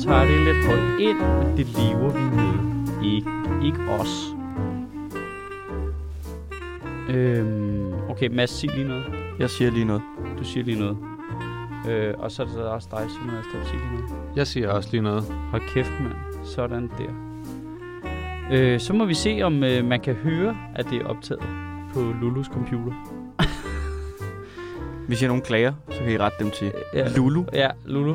tager det lidt højt ind, men det lever vi med. Ikke os. Okay, Mads, sig lige noget. Jeg siger lige noget. Du siger lige noget. Og så er det så også dig, Simon, der siger lige noget. Jeg siger også lige noget. Hold kæft, mand. Sådan der. Så må vi se, om man kan høre, at det er optaget på Lulus computer. Hvis jeg har nogle klager, så kan I rette dem til Lulu. Ja, Lulu.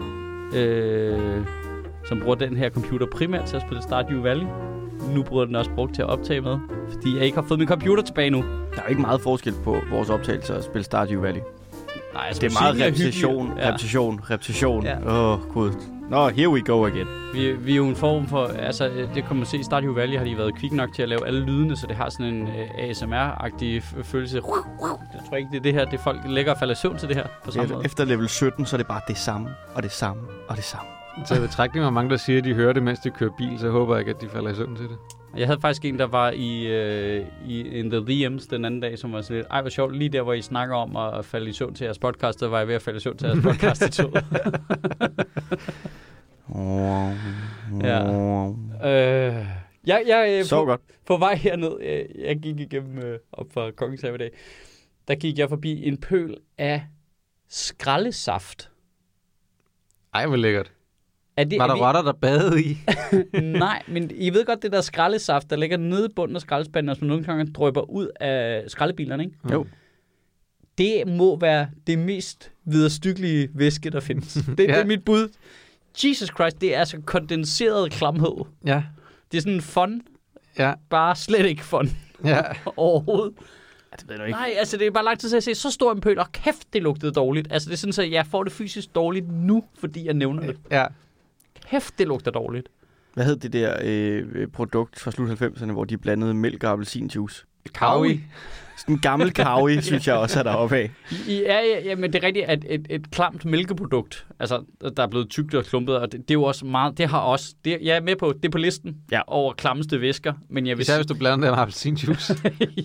Som bruger den her computer primært til at spille Stardew Valley. Nu bruger den også brugt til at optage med, fordi jeg ikke har fået min computer tilbage nu. Der er jo ikke meget forskel på vores optagelser at spille Stardew Valley. Nej, altså det er meget repetition. Ja. Gud. Nå, here we go again. Vi er jo en form for, altså det kan man se, i Stardew Valley har de været kvik nok til at lave alle lydene, så det har sådan en ASMR-agtig følelse. Jeg tror ikke, det er det her, det folk lægger og falder i søvn til det her på samme måde. Efter level 17, så er det bare det samme, og det samme, og det samme. Så jeg betragtning af mange, der siger, at de hører det, mens de kører bil, så håber jeg ikke, at de falder i søvn til det. Jeg havde faktisk en, der var i In The DM's den anden dag, som var sådan lidt, hvor sjovt, lige der, hvor I snakker om at falde i søvn til jeres podcast, der var jeg ved at falde i søvn til jeres podcast i toget. Jeg så godt. På vej herned, jeg gik igennem op fra Kongens Have i dag, der gik jeg forbi en pøl af skraldesaft. Ej, hvor lækkert. Var der rotter, der badede i? Nej, men I ved godt, det der skraldesaft, der ligger nede i bunden af skraldespanden, og som nogle gange drøber ud af skraldebilerne, ikke? Jo. Det må være det mest vederstyggelige væske, der findes. Det er mit bud. Jesus Christ, det er altså kondenseret klamhed. Ja. Det er sådan en fun. Ja. Bare slet ikke fun. Ja. Overhovedet. Det ved du ikke. Nej, altså det er bare lang tid til at se så stor en pøl, og kæft, det lugtede dårligt. Altså det er sådan, at jeg får det fysisk dårligt nu, fordi jeg nævner det. Ja. Kæft, det lugter dårligt. Hvad hed det der produkt fra slut 90'erne, hvor de blandede mælk og appelsinjuice? Kawi. Sådan en gammel kawi, synes jeg også er deroppe af. Ja, men det er rigtigt, at et klamt mælkeprodukt, altså der er blevet tykt og klumpet, og det er jo også meget, det har også, jeg er med på, det er på listen over klammeste væsker, men jeg vil især hvis du blander det med appelsinjuice.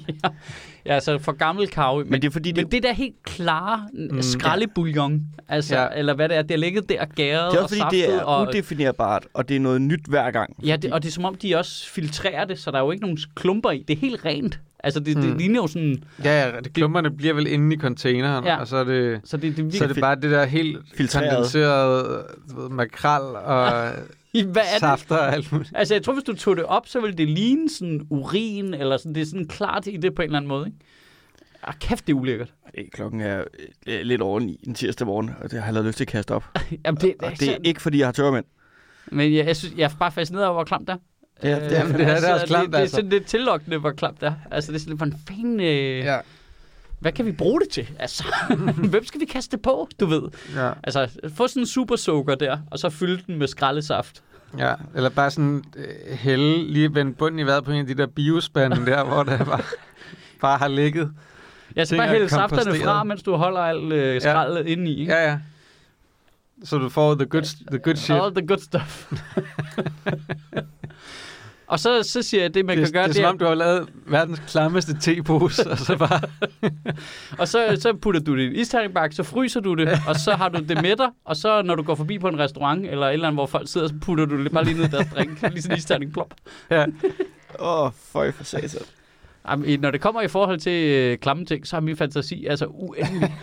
ja, altså for gammel kawi, men det er fordi, men det der helt klare skraldebouillon, altså, eller hvad det er, det er ligget der gæret og saftet. Det er fordi, det er udefinerbart, og det er noget nyt hver gang. Ja, og det er som om, de også filtrerer det, så der er jo ikke nogen klumper i, det er helt rent. Altså, det ligner jo sådan... Ja, klumperne bliver vel inde i containeren, og så er det, så er det bare det der helt kondenserede makrel og safter og alt muligt. Altså, jeg tror, hvis du tog det op, så ville det ligne sådan urin, eller sådan, det er sådan klart i det på en eller anden måde, ikke? Kæft, det er ulækkert. Klokken er lidt over 9 en tirsdag morgen, og det har jeg lavet lyst til at kaste op. Jamen, det er ikke, fordi jeg har tørmænd. Men jeg synes, jeg er bare fascineret over, hvor klamt det er. Ja, det er også klamt, det er sådan lidt tillokkende, hvor klamt det er. Altså, det er sådan lidt for en fan... Hvad kan vi bruge det til? Altså, hvem skal vi kaste det på, du ved? Ja. Altså, få sådan en supersukker der, og så fylde den med skraldesaft. Ja, eller bare sådan hælde, lige vende bunden i vejret på en af de der biospande der, hvor der bare har ligget. Ja, så bare hælde safterne fra, mens du holder alt skraldet inde i, ikke? Ja. Så du får the good shit. All the good stuff. Og så siger jeg, det man kan gøre... Det er som om, du har lavet verdens klammeste tepose, og så bare... og så putter du det i en isterningbak, så fryser du det, og så har du det med dig, og så når du går forbi på en restaurant, eller et eller andet, hvor folk sidder, så putter du det bare lige ned i deres drink, lige sådan en isterning, plop. Ja. Føj for satan. Jamen, når det kommer i forhold til klamme ting, så har min fantasi altså uendelig.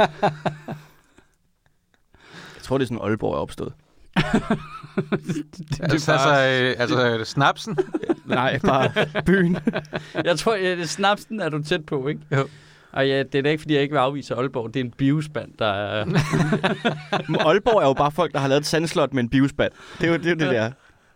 Jeg tror, det er sådan, Aalborg er opstået. Altså snapsen? Nej, bare byen. Jeg tror, snapsen er du tæt på, ikke? Jo. Og ja, det er da ikke, fordi jeg ikke vil afvise Aalborg. Det er en biospand, der er... Aalborg er jo bare folk, der har lavet et sandslot med en biospand. Det er jo det der.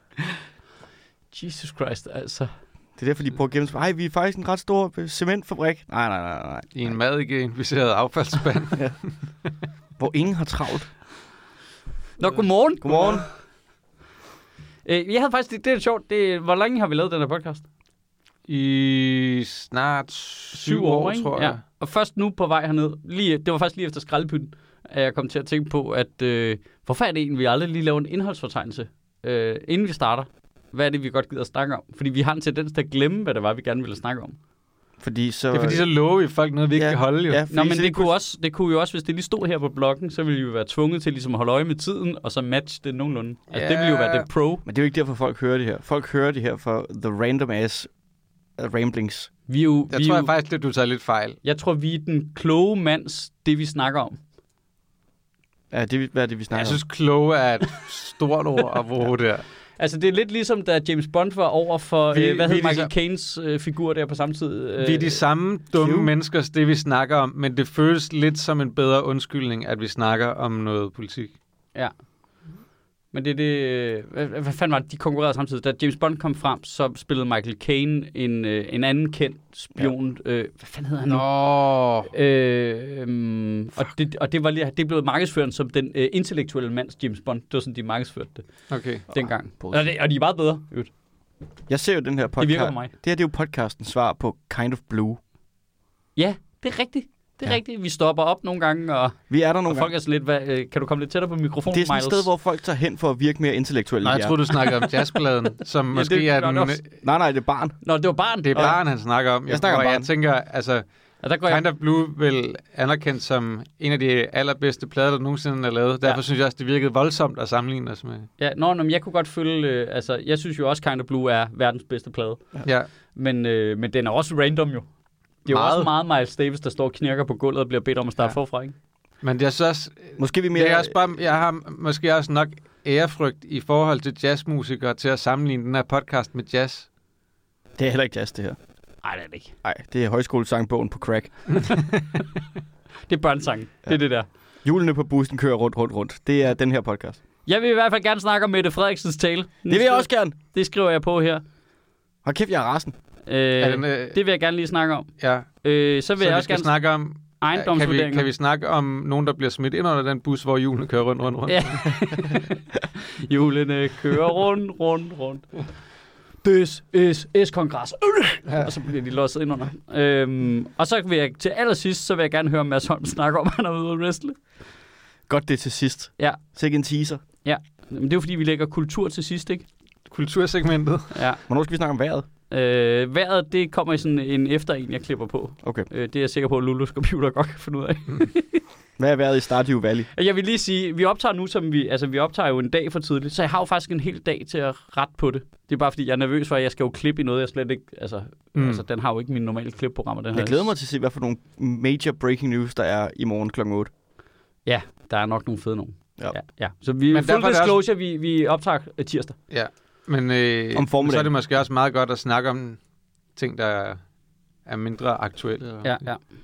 Jesus Christ, altså. Det er derfor, de prøver at gemme sig. Ej, vi er faktisk en ret stor cementfabrik. Nej. I en mad-ikke-inficeret affaldsspand. Ja. Hvor ingen har travlt. Nå, godmorgen. Godmorgen. Jeg havde faktisk, det er sjovt, hvor længe har vi lavet den her podcast? I snart 7 år, tror jeg. Ja. Og først nu på vej herned, det var faktisk lige efter skraldepytten, at jeg kom til at tænke på, at hvorfor er det egentlig, vi aldrig lige laver en indholdsfortegnelse, inden vi starter? Hvad er det, vi godt gider at snakke om? Fordi vi har en tendens til at glemme, hvad det var, vi gerne ville snakke om. Fordi så... Det er fordi, så lover vi folk noget, vi ikke kan holde, jo. Ja, men det kunne jo også, hvis det lige stod her på bloggen, så ville vi jo være tvunget til ligesom at holde øje med tiden, og så matche det nogenlunde. Altså, det ville jo være det pro. Men det er jo ikke derfor, folk hører det her. Folk hører det her for the random ass ramblings. Jeg tror faktisk, at du tager lidt fejl. Jeg tror, vi er den kloge mands, det vi snakker om. Ja, hvad er det, vi snakker om? Jeg synes, kloge er et stort ord at bruge der. Altså, det er lidt ligesom, da James Bond var over for, Michael Caines figur der på samme tid. Vi er de samme dumme mennesker, det vi snakker om, men det føles lidt som en bedre undskyldning, at vi snakker om noget politik. Ja. Men det... Hvad fanden var det, de konkurrerede samtidig? Da James Bond kom frem, så spillede Michael Caine en anden kendt spion. Ja. Hvad fanden hedder han nu? Og det blev markedsført som den intellektuelle mands James Bond. Det var sådan, de markedsførte det dengang. Og de er meget bedre. Jeg ser jo den her podcast. Det virker på mig. Det her, det er jo podcastens svar på Kind of Blue. Ja, det er rigtigt. Det er rigtigt. Vi stopper op nogle gange, og vi er der nogle folk er så lidt... kan du komme lidt tættere på mikrofonen, Det er sådan et sted, hvor folk tager hen for at virke mere intellektuelle. Nej, jeg tror du snakker om jazzpladen, som måske er den... Nej, det er Barn. Nå, det var Barn. Det er Barn, han snakker om. Jeg tænker, altså... Kind of Blue vil anerkendt som en af de allerbedste plader, der nogensinde er lavet. Derfor synes jeg også, det virkede voldsomt at sammenligne os med. Ja, men jeg kunne godt følge... jeg synes jo også, Kind of Blue er verdens bedste plade. Ja. Men den er også random jo. Det er jo også meget Miles Davis, der står og knirker på gulvet og bliver bedt om at starte forfra, ikke? Men det er så også... Måske vi mere... Jeg har måske også nok ærefrygt i forhold til jazzmusikere til at sammenligne den her podcast med jazz. Det er heller ikke jazz, det her. Nej, det er det ikke. Nej, det er højskolesangbogen på crack. Det er børnesangen. Ja. Det er det der. Hjulene på bussen kører rundt. Det er den her podcast. Jeg vil i hvert fald gerne snakke om Mette Frederiksens tale. Det vil jeg også gerne. Det skriver jeg på her. Hold kæft, jeg er rasen. Det vil jeg gerne lige snakke om. Ja. Så vil jeg også gerne snakke om ejendomsvurderinger. Kan vi snakke om nogen, der bliver smidt ind under den bus, hvor hjulene kører rundt? Ja. Hjulene kører rundt. This is S-kongres. Og så bliver de låst ind under. Og så vil jeg til allersidst, så vil jeg gerne høre Mads Holm snakke om, han er ude at wrestle. Godt det til sidst. Ja. Så ikke en teaser. Ja, men det er jo fordi, vi lægger kultur til sidst, ikke? Kultursegmentet. Ja. Hvornår skal vi snakke om vejret? Vejret, det kommer i sådan en efter en, jeg klipper på. Okay. Det er jeg sikker på, at Lulus computer godt kan finde ud af. Hvad er vejret i Stardew Valley? Jeg vil lige sige, vi optager nu, vi optager jo en dag for tidligt, så jeg har jo faktisk en hel dag til at rette på det. Det er bare fordi, jeg er nervøs for, at jeg skal jo klippe i noget, jeg slet ikke... Altså, den har jo ikke mine normale klipprogrammer. Den jeg glæder mig til at se, hvad for nogle major breaking news, der er i morgen kl. 8. Ja, der er nok nogle fede nogen. Ja. Så vi full disclosure, vi optager tirsdag. Ja. Men så er det måske også meget godt at snakke om ting, der er mindre aktuelle. Ja.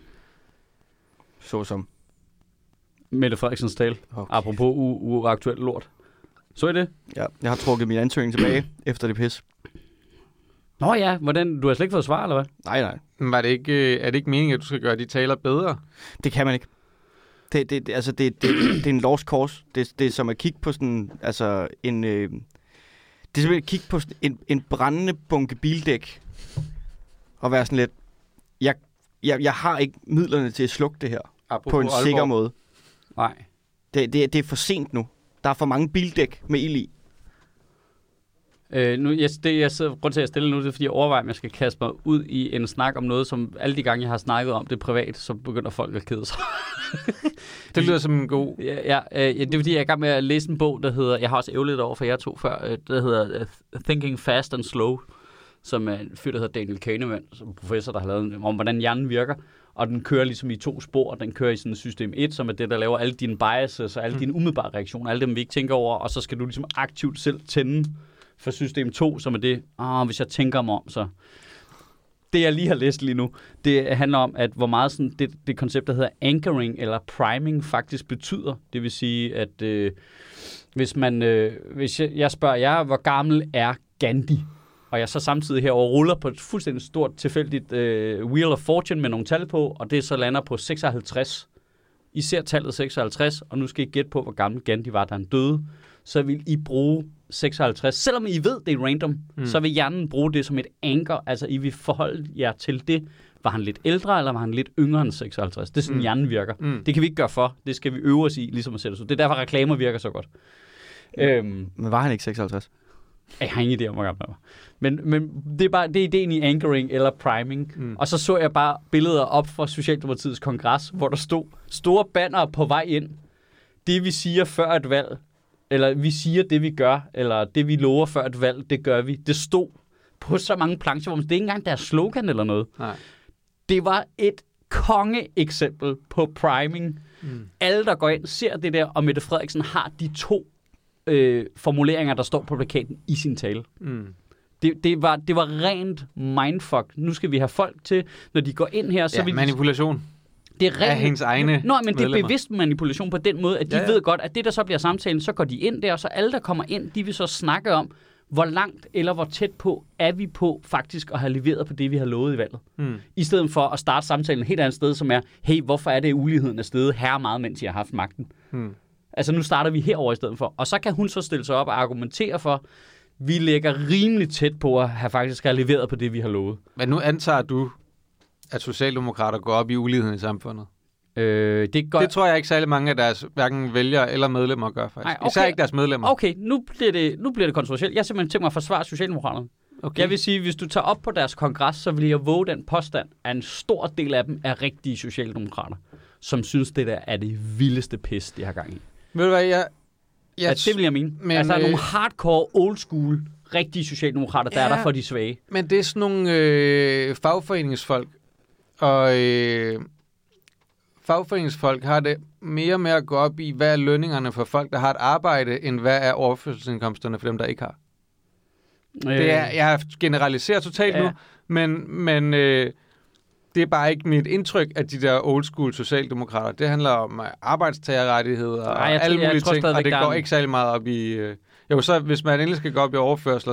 Såsom Mette Frederiksens tale. Okay. Apropos uaktuelt lort. Så I det? Ja, jeg har trukket min ansøgning tilbage efter det pis. Nå ja, hvordan? Du har slet ikke fået svar, eller hvad? Nej. Men er det ikke meningen, at du skal gøre de taler bedre? Det kan man ikke. Det er en lost cause. Det er som at kigge på sådan, altså en... Det er simpelthen at kigge på en brændende bunke bildæk og være sådan lidt, jeg har ikke midlerne til at slukke det her. Apropos på en sikker måde. Nej. Det er for sent nu. Der er for mange bildæk med ild i. Jeg sidder rundt til at stille nu, det er fordi jeg overvejer, om jeg skal kaste mig ud i en snak om noget, som alle de gange, jeg har snakket om det privat, så begynder folk at kede sig. Det lyder som en god... Ja, det er fordi, jeg er i gang med at læse en bog, der hedder, jeg har også ævlet over for jer to før, der hedder Thinking Fast and Slow, som er en fyr, der hedder Daniel Kahneman, som professor, der har lavet om, hvordan hjernen virker. Og den kører ligesom i 2 spor. Den kører i sådan et system 1, som er det, der laver alle dine biases og alle dine umiddelbare reaktioner, alle dem, vi ikke tænker over, og så skal du ligesom aktivt selv tænde for system 2, som er det, hvis jeg tænker mig om, så... Det, jeg lige har læst lige nu, det handler om, at hvor meget sådan det koncept, der hedder anchoring eller priming, faktisk betyder. Det vil sige, at hvis jeg spørger jer, hvor gammel er Gandhi? Og jeg så samtidig herover ruller på et fuldstændig stort tilfældigt Wheel of Fortune med nogle tal på, og det så lander på 56. I ser tallet 56, og nu skal I gætte på, hvor gammel Gandhi var, da han døde. Så vil I bruge 56. Selvom I ved, det er random, så vil hjernen bruge det som et anker. Altså, I vil forholde jer til det. Var han lidt ældre, eller var han lidt yngre end 56? Det er sådan, hjernen virker. Det kan vi ikke gøre for. Det skal vi øve os i, ligesom at sætte os ud. Det er derfor, reklamer virker så godt. Men var han ikke 56? Jeg har ingen idé om, hvor gammel jeg var. Men det er ideen i anchoring eller priming. Og så jeg bare billeder op fra Socialdemokratiets kongres, hvor der stod store banner på vej ind. Det vi siger før et valg, eller vi siger det vi gør, eller det vi lover før et valg, det gør vi. Det stod på så mange plancher, hvor det er ikke engang deres slogan eller noget. Nej. Det var et kongeeksempel på priming. Alle, der går ind, ser det der, og Mette Frederiksen har de 2 formuleringer, der står på plakaten i sin tale. Det var rent mindfuck. Nu skal vi have folk til, når de går ind her, så vil manipulation. Det er rent, af hendes egne men det er bevidst manipulation på den måde, at de ved godt, at det, der så bliver samtalen, så går de ind der, og så alle, der kommer ind, de vil så snakke om, hvor langt eller hvor tæt på er vi på faktisk at have leveret på det, vi har lovet i valget. I stedet for at starte samtalen et helt andet sted, som er, hey, hvorfor er det, uligheden er steget her meget, mens I har haft magten? Altså, nu starter vi herover i stedet for. Og så kan hun så stille sig op og argumentere for, vi ligger rimelig tæt på at have faktisk have leveret på det, vi har lovet. Men nu antager du, at socialdemokrater går op i uligheden i samfundet. Det tror jeg ikke særlig mange af deres hverken vælgere eller medlemmer gør, faktisk. Okay. Især ikke deres medlemmer. Okay, nu bliver det kontroversielt. Jeg har simpelthen tænkt mig at forsvare Socialdemokraterne. Okay. Jeg vil sige, hvis du tager op på deres kongres, så vil jeg våge den påstand, at en stor del af dem er rigtige socialdemokrater, som synes, det der er det vildeste pis, de har gang i. Ved du hvad, det vil jeg mene. Men, altså, der er nogle hardcore, old school, rigtige socialdemokrater, der er der for de svage. Men det er sådan nogle fagforeningsfolk, og fagforeningsfolk har det mere med at gå op i, hvad er lønningerne for folk, der har et arbejde, end hvad er overførselsindkomsterne for dem, der ikke har. Jeg har generaliseret totalt nu, men det er bare ikke mit indtryk, at de der old school socialdemokrater, det handler om arbejdstagerrettigheder og alle mulige ting, og det går ikke særlig meget op i... så hvis man endelig skal gå op i overførsler,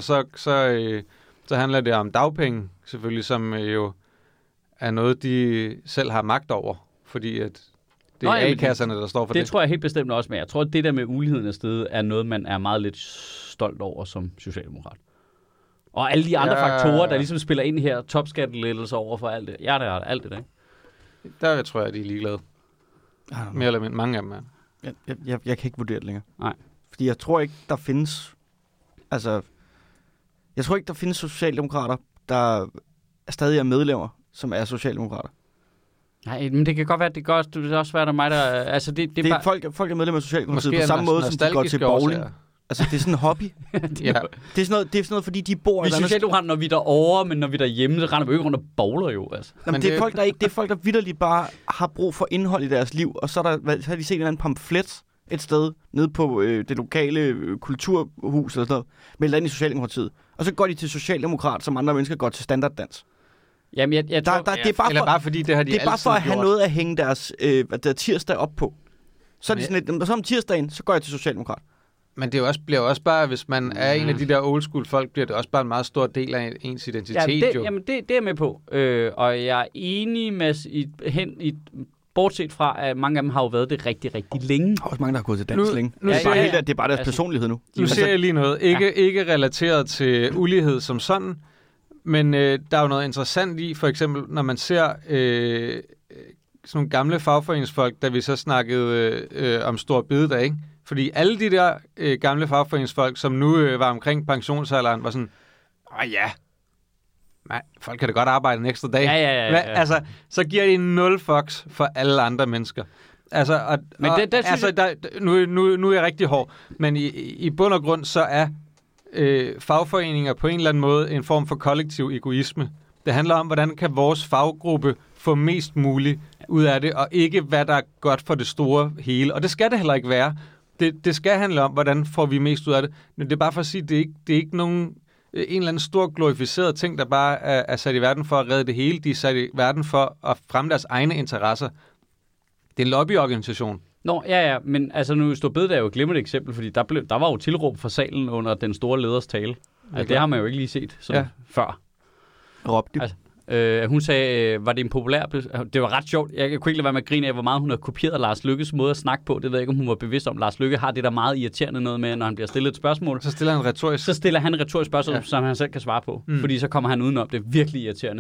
så handler det om dagpenge, selvfølgelig, som jo er noget, de selv har magt over, fordi at det er A-kasserne, der står for det. Det tror jeg helt bestemt også, men jeg tror, at det der med uligheden af sted er noget, man er meget lidt stolt over som socialdemokrat. Og alle de andre faktorer, der ligesom spiller ind her, topskattelettelser over for alt det. Ja, det er alt det der, ikke? Der tror jeg, de er ligeglade. Mere eller mindre mange af dem er. Jeg kan ikke vurdere det længere. Nej. Fordi jeg tror ikke, der findes... Altså... Jeg tror ikke, der findes socialdemokrater, der stadig er medlemmer, som er socialdemokrater. Nej, men det kan godt være, det er også svært af mig, der... Altså, det er bare... folk er medlemmer af Socialdemokratiet på samme måde, som de går til bowling. Altså, det er sådan en hobby. Det er sådan noget, fordi de bor... Vi socialdemokrater, når vi er derovre, men når vi er derhjemme, så render vi jo ikke rundt og bowler jo, altså. Jamen, det er folk, der vitterligt bare har brug for indhold i deres liv, og så har de set en eller anden pamflet et sted nede på det lokale kulturhus eller sådan noget, melder ind i Socialdemokratiet. Og så går de til socialdemokrat, som andre mennesker går til standarddans. Jamen, jeg tror... det er bare fordi det har de det er bare for at have noget at hænge deres tirsdag op på. Så er det sådan lidt, så om tirsdagen, så går jeg til socialdemokrat. Men det bliver jo også bare, hvis man er en af de der old school folk, bliver det også bare en meget stor del af ens identitet. Jamen, det er jeg med på. Og jeg er enig med bortset fra, at mange af dem har jo været det rigtig, rigtig længe. Også mange, der har gået til dans længe. Det er bare deres personlighed nu. Nu ser jeg lige noget. Ikke relateret til ulighed som sådan, men der er jo noget interessant i, for eksempel, når man ser sådan nogle gamle fagforeningsfolk, da vi så snakkede om Stor Bededag, ikke? Fordi alle de der gamle fagforeningsfolk, som nu var omkring pensionsalderen, var sådan, folk kan da godt arbejde en ekstra dag. Ja. Altså, så giver de 0 fucks for alle andre mennesker. Altså, nu er jeg rigtig hård, men i bund og grund, så er fagforeninger på en eller anden måde en form for kollektiv egoisme. Det handler om, hvordan kan vores faggruppe få mest muligt ud af det, og ikke hvad der er godt for det store hele. Og det skal det heller ikke være. Det skal handle om, hvordan får vi mest ud af det. Men det er bare for at sige, det er ikke nogen en eller anden stor glorificeret ting, der bare er sat i verden for at redde det hele. De er sat i verden for at fremme deres egne interesser. Det er en lobbyorganisation. Nå, ja, men altså nu Stor Bededag er jo et glimrende eksempel, fordi der var jo tilråb fra salen under den store leders tale. Altså, det har man jo ikke lige set før. Råbte. Altså, hun sagde, var det en populær... Det var ret sjovt. Jeg kunne ikke lade være med at grine af, hvor meget hun har kopieret Lars Løkkes måde at snakke på. Det ved jeg ikke, om hun var bevidst om. Lars Løkke har det der meget irriterende noget med, når han bliver stillet et spørgsmål. Så stiller han et retorisk spørgsmål, som han selv kan svare på. Fordi så kommer han udenom. Det er virkelig irriterende.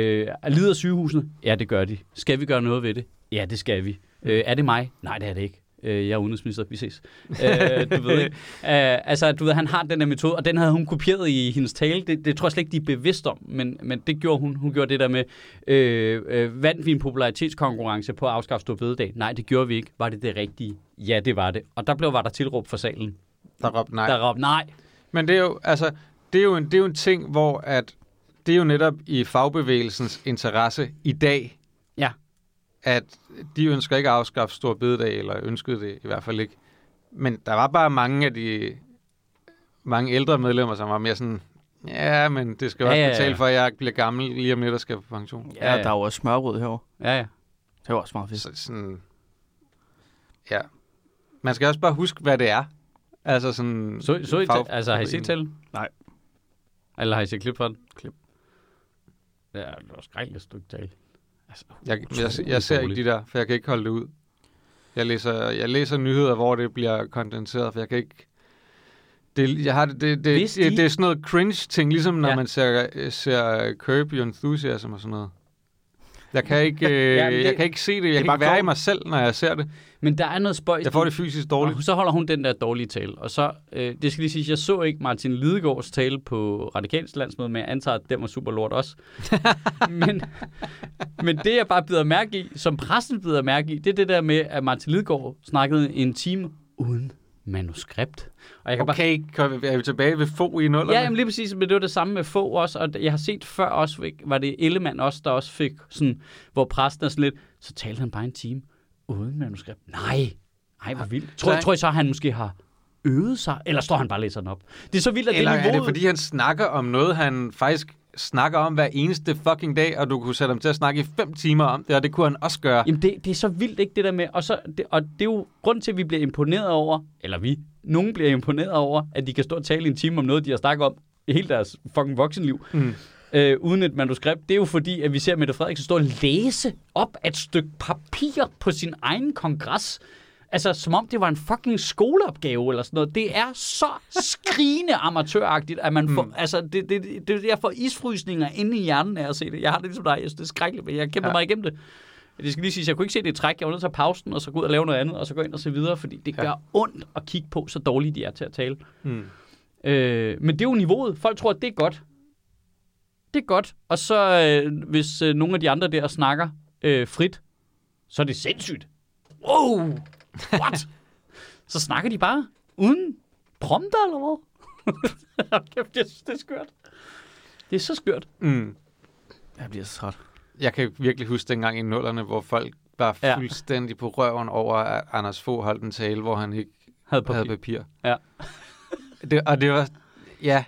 Lider sygehusene? Ja, det gør de. Skal vi gøre noget ved det? Ja, det skal vi. Er det mig? Nej, det er det ikke. Jeg er udenrigsminister, vi ses. Du ved ikke. Du ved, han har den der metode, og den havde hun kopieret i hendes tale. Det tror jeg slet ikke, de er bevidst om, men det gjorde hun. Hun gjorde det der med, vandt vi en popularitetskonkurrence på at afskaffe store bededag? Nej, det gjorde vi ikke. Var det rigtige? Ja, det var det. Og var der tilråb for salen. Der råbte nej. Der råbte nej. Men det er jo, altså, det er jo en ting, hvor at det er jo netop i fagbevægelsens interesse i dag, ja, at de ønsker ikke at afskaffe stor bededag, eller ønskede det i hvert fald ikke. Men der var bare mange ældre medlemmer, som var mere sådan, ja, men det skal jo også betale for, at jeg bliver gammel lige om lidt og skal på pension. Ja, der er jo også smørbrød herovre. Ja. Det var også meget fedt. Sådan, ja. Man skal også bare huske, hvad det er. Altså sådan... Altså, har I set til? Nej. Eller har I set klip fra den? Klip. Ja, det var skrækkeligt stykke tale. Altså, jeg ser ikke de der, for jeg kan ikke holde det ud. Jeg læser nyheder, hvor det bliver kondenseret, for jeg kan ikke... Det er sådan noget cringe-ting, ligesom når man ser Curb Your Enthusiasm og sådan noget. Jeg kan ikke, jeg kan ikke se det. Jeg kan ikke være i mig selv, når jeg ser det. Men der er noget spøjs. Jeg får det fysisk dårligt. Og så holder hun den der dårlige tale. Og så, det skal lige sige, jeg så ikke Martin Lidegaards tale på Radikals landsmøde, men jeg antager, at den var super lort også. men det, jeg bare bider mærke i, som pressen bider mærke i, det er det der med, at Martin Lidegaard snakkede en time uden manuskript. Og jeg kan er vi tilbage ved få i nullerne? Ja, jamen lige præcis, men det var det samme med få også, og jeg har set før også, var det Ellemann også, der også fik sådan, hvor præsten er sådan lidt, så talte han bare en time uden manuskript. Nej, hvor vildt. Tror I så, han måske har øvet sig, eller står han bare og læser den op? Det er så vildt, at eller det niveauet... er det, fordi han snakker om noget, han faktisk snakker om hver eneste fucking dag, og du kunne sætte ham til at snakke i 5 timer om det, og det kunne han også gøre. Jamen, det er så vildt, ikke, det der med, og det er jo grund til, at vi bliver imponeret over, eller nogen bliver imponeret over, at de kan stå og tale en time om noget, de har snakket om i hele deres fucking voksenliv, uden et manuskript. Det er jo fordi, at vi ser Mette Frederiksen stå og læse op af et stykke papir på sin egen kongres. Altså, som om det var en fucking skoleopgave eller sådan noget. Det er så skrigende amatøragtigt, at man får... Altså, jeg får isfrysninger inde i hjernen af at se det. Jeg har det ligesom dig. Det er skrækkeligt, men jeg kæmper mig igennem det. Det skal lige sige, jeg kunne ikke se det i træk. Jeg var nødt til at pause den, og så gå ud og lave noget andet, og så gå ind og se videre, fordi det gør ondt at kigge på, så dårligt de er til at tale. Men det er jo niveauet. Folk tror, at det er godt. Det er godt. Og så, hvis nogle af de andre der snakker frit, så er det sindssygt. Wow! What? Så snakker de bare uden prompter, eller hvad? Det er skørt. Det er så skørt. Jeg bliver så træt. Jeg kan virkelig huske dengang i nullerne, hvor folk var fuldstændig på røven over, at Anders Fogh holdt en tale, hvor han ikke havde papir. Ja. Det var... Ja.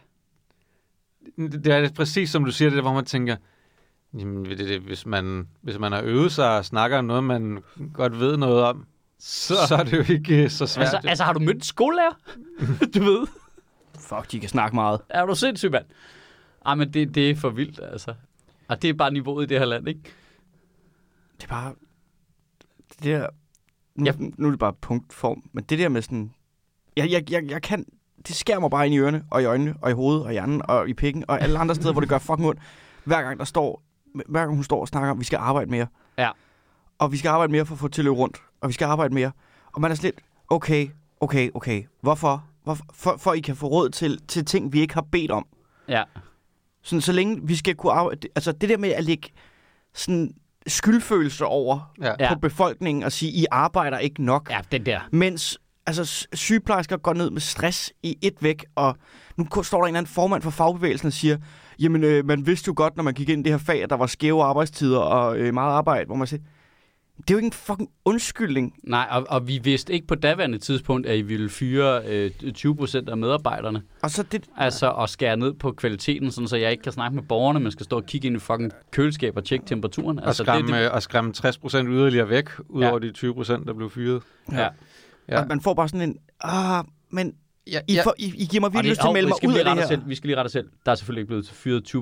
Det er præcis som du siger, det hvor man tænker, jamen, hvis man har øvet sig og snakker om noget, man godt ved noget om, så er det jo ikke så svært. Altså har du mødt en skolelærer? Du ved. Fuck, de kan snakke meget. Er du sindssygt, mand? Men det er for vildt, altså. Og det er bare niveauet i det her land, ikke? Det er bare... Det der... Nu er det bare punktform, men det der med sådan... Jeg kan... Det skærer mig bare ind i ørerne, og i øjnene, og i hovedet, og i hjernen, og i pikken, og alle andre steder, hvor det gør fucking ondt. Hver gang hun står og snakker om, at vi skal arbejde mere. Ja. Og vi skal arbejde mere for at få til at løbe rundt. Og vi skal arbejde mere. Og man er sådan lidt, okay. Hvorfor? For I kan få råd til ting, vi ikke har bedt om. Ja. Sådan, så længe vi skal kunne arbejde... Altså det der med at lægge sådan skyldfølelse over på befolkningen og sige, I arbejder ikke nok. Ja, den der. Mens sygeplejersker går ned med stress i et væk, og nu står der en eller anden formand for fagbevægelsen og siger, jamen man vidste jo godt, når man gik ind i det her fag, at der var skæve arbejdstider og meget arbejde, hvor man siger, det er jo ikke en fucking undskyldning. Nej, og vi vidste ikke på daværende tidspunkt, at I ville fyre 20% af medarbejderne. Og så det... Altså at skære ned på kvaliteten, sådan, så jeg ikke kan snakke med borgerne, men skal stå og kigge ind i fucking køleskab og tjekke temperaturen. Og skræmme 60% yderligere væk, ud over de 20%, der blev fyret. Ja. Og man får bare sådan en... men I giver mig virkelig lyst til at melde mig ud af det her. Vi skal lige rette os selv. Der er selvfølgelig ikke blevet fyret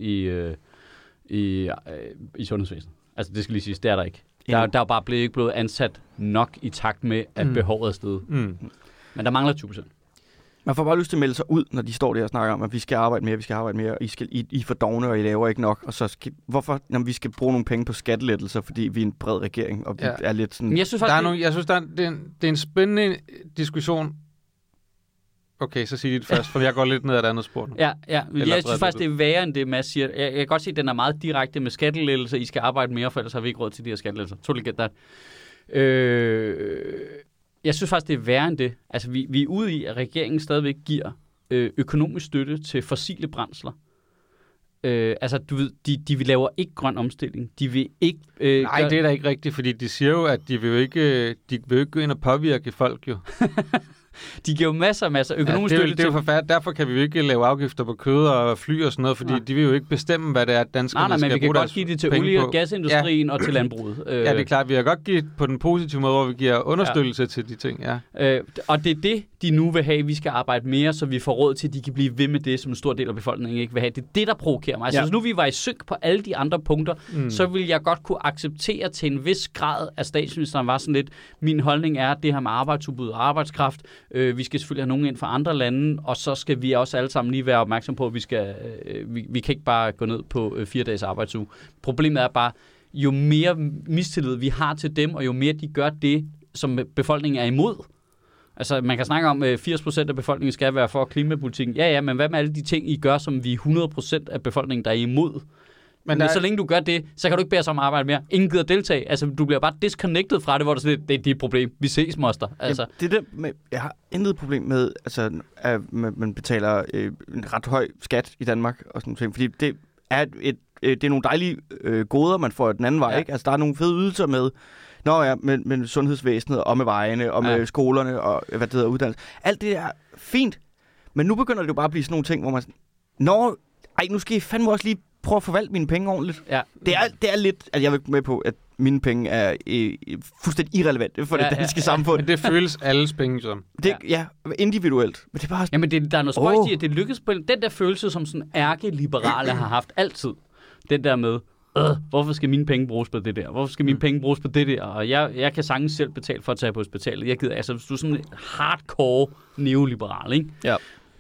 20% i sundhedsvæsenet. Altså det skal lige siges, det er der ikke. Der er jo bare ikke blevet ansat nok i takt med, at behovet er steget. Men der mangler 20%. Man får bare lyst til at melde sig ud, når de står der og snakker om, at vi skal arbejde mere, og I er for dovne, og I laver ikke nok. Og så hvorfor vi skal bruge nogle penge på skattelettelser, fordi vi er en bred regering, og vi er lidt sådan... Jeg synes, det er en spændende diskussion. Okay, så sig det først, for jeg går lidt ned ad et andet spor nu. Ja. Jeg synes faktisk, det er værre end det, Mads siger. Jeg kan godt se, at den er meget direkte med skattelettelser. I skal arbejde mere, for ellers har vi ikke råd til de her skattelettelser. Totally get that. Jeg synes faktisk, det er værre end det. Altså, vi er ude i, at regeringen stadigvæk giver økonomisk støtte til fossile brændsler. Altså, du ved, de laver ikke grøn omstilling. De vil ikke... Nej, det er da ikke rigtigt, fordi de siger jo, at de vil jo ikke gå ind og påvirke folk jo. De giver jo masser af økonomisk støtte til... Det er jo forfærdeligt. Derfor kan vi jo ikke lave afgifter på kød og fly og sådan noget, fordi de vil jo ikke bestemme, hvad det er, danskerne skal bruge. Men vi kan godt give det til olie- og gasindustrien og til landbruget. Ja, det er klart. Vi har godt givet på den positive måde, hvor vi giver understøttelse til de ting, og det er det, de nu vil have. Vi skal arbejde mere, så vi får råd til, at de kan blive ved med det, som en stor del af befolkningen ikke vil have. Det er det, der provokerer mig. Altså, hvis nu vi var i synk på alle de andre punkter, så ville jeg godt kunne acceptere til en vis grad, at statsministeren var sådan lidt, min holdning er, at det her med arbejdsudbud og arbejdskraft, vi skal selvfølgelig have nogen ind fra andre lande, og så skal vi også alle sammen lige være opmærksom på, at vi kan ikke bare gå ned på 4 dages arbejdsuge. Problemet er bare, jo mere mistillid vi har til dem, og jo mere de gør det, som befolkningen er imod. Altså, man kan snakke om, at 80% af befolkningen skal være for klimapolitikken. Ja, men hvad med alle de ting, I gør, som vi er 100% af befolkningen, der er imod? Men så længe du gør det, så kan du ikke bære sig om at arbejde mere. Ingen gider deltage. Altså, du bliver bare disconnected fra det, hvor det er dit problem. Vi ses, moster. Altså. Ja, det med, jeg har intet problem med, altså, at man betaler en ret høj skat i Danmark og sådan noget, fordi det er det er nogle dejlige goder, man får den anden vej, ikke? Altså, der er nogle fede ydelser med, med sundhedsvæsenet og med vejene og med skolerne og hvad det hedder, uddannelse. Alt det er fint, men nu begynder det jo bare at blive sådan nogle ting, hvor man nu skal I fandme også lige prøve at forvalte mine penge ordentligt. Ja. Det er lidt, at jeg vil med på, at mine penge er fuldstændig irrelevant for det danske samfund. Men det føles alles penge som. Individuelt. Men det er bare... Jamen, der er noget spøjst i, at det lykkes på den der følelse, som sådan ærkeliberale har haft altid. Den der med, hvorfor skal mine penge bruges på det der? Hvorfor skal mine penge bruges på det der? Og jeg kan sagtens selv betale for at tage på hospitalet. Jeg gider, altså, hvis du er sådan en hardcore neoliberal, ikke? Ja.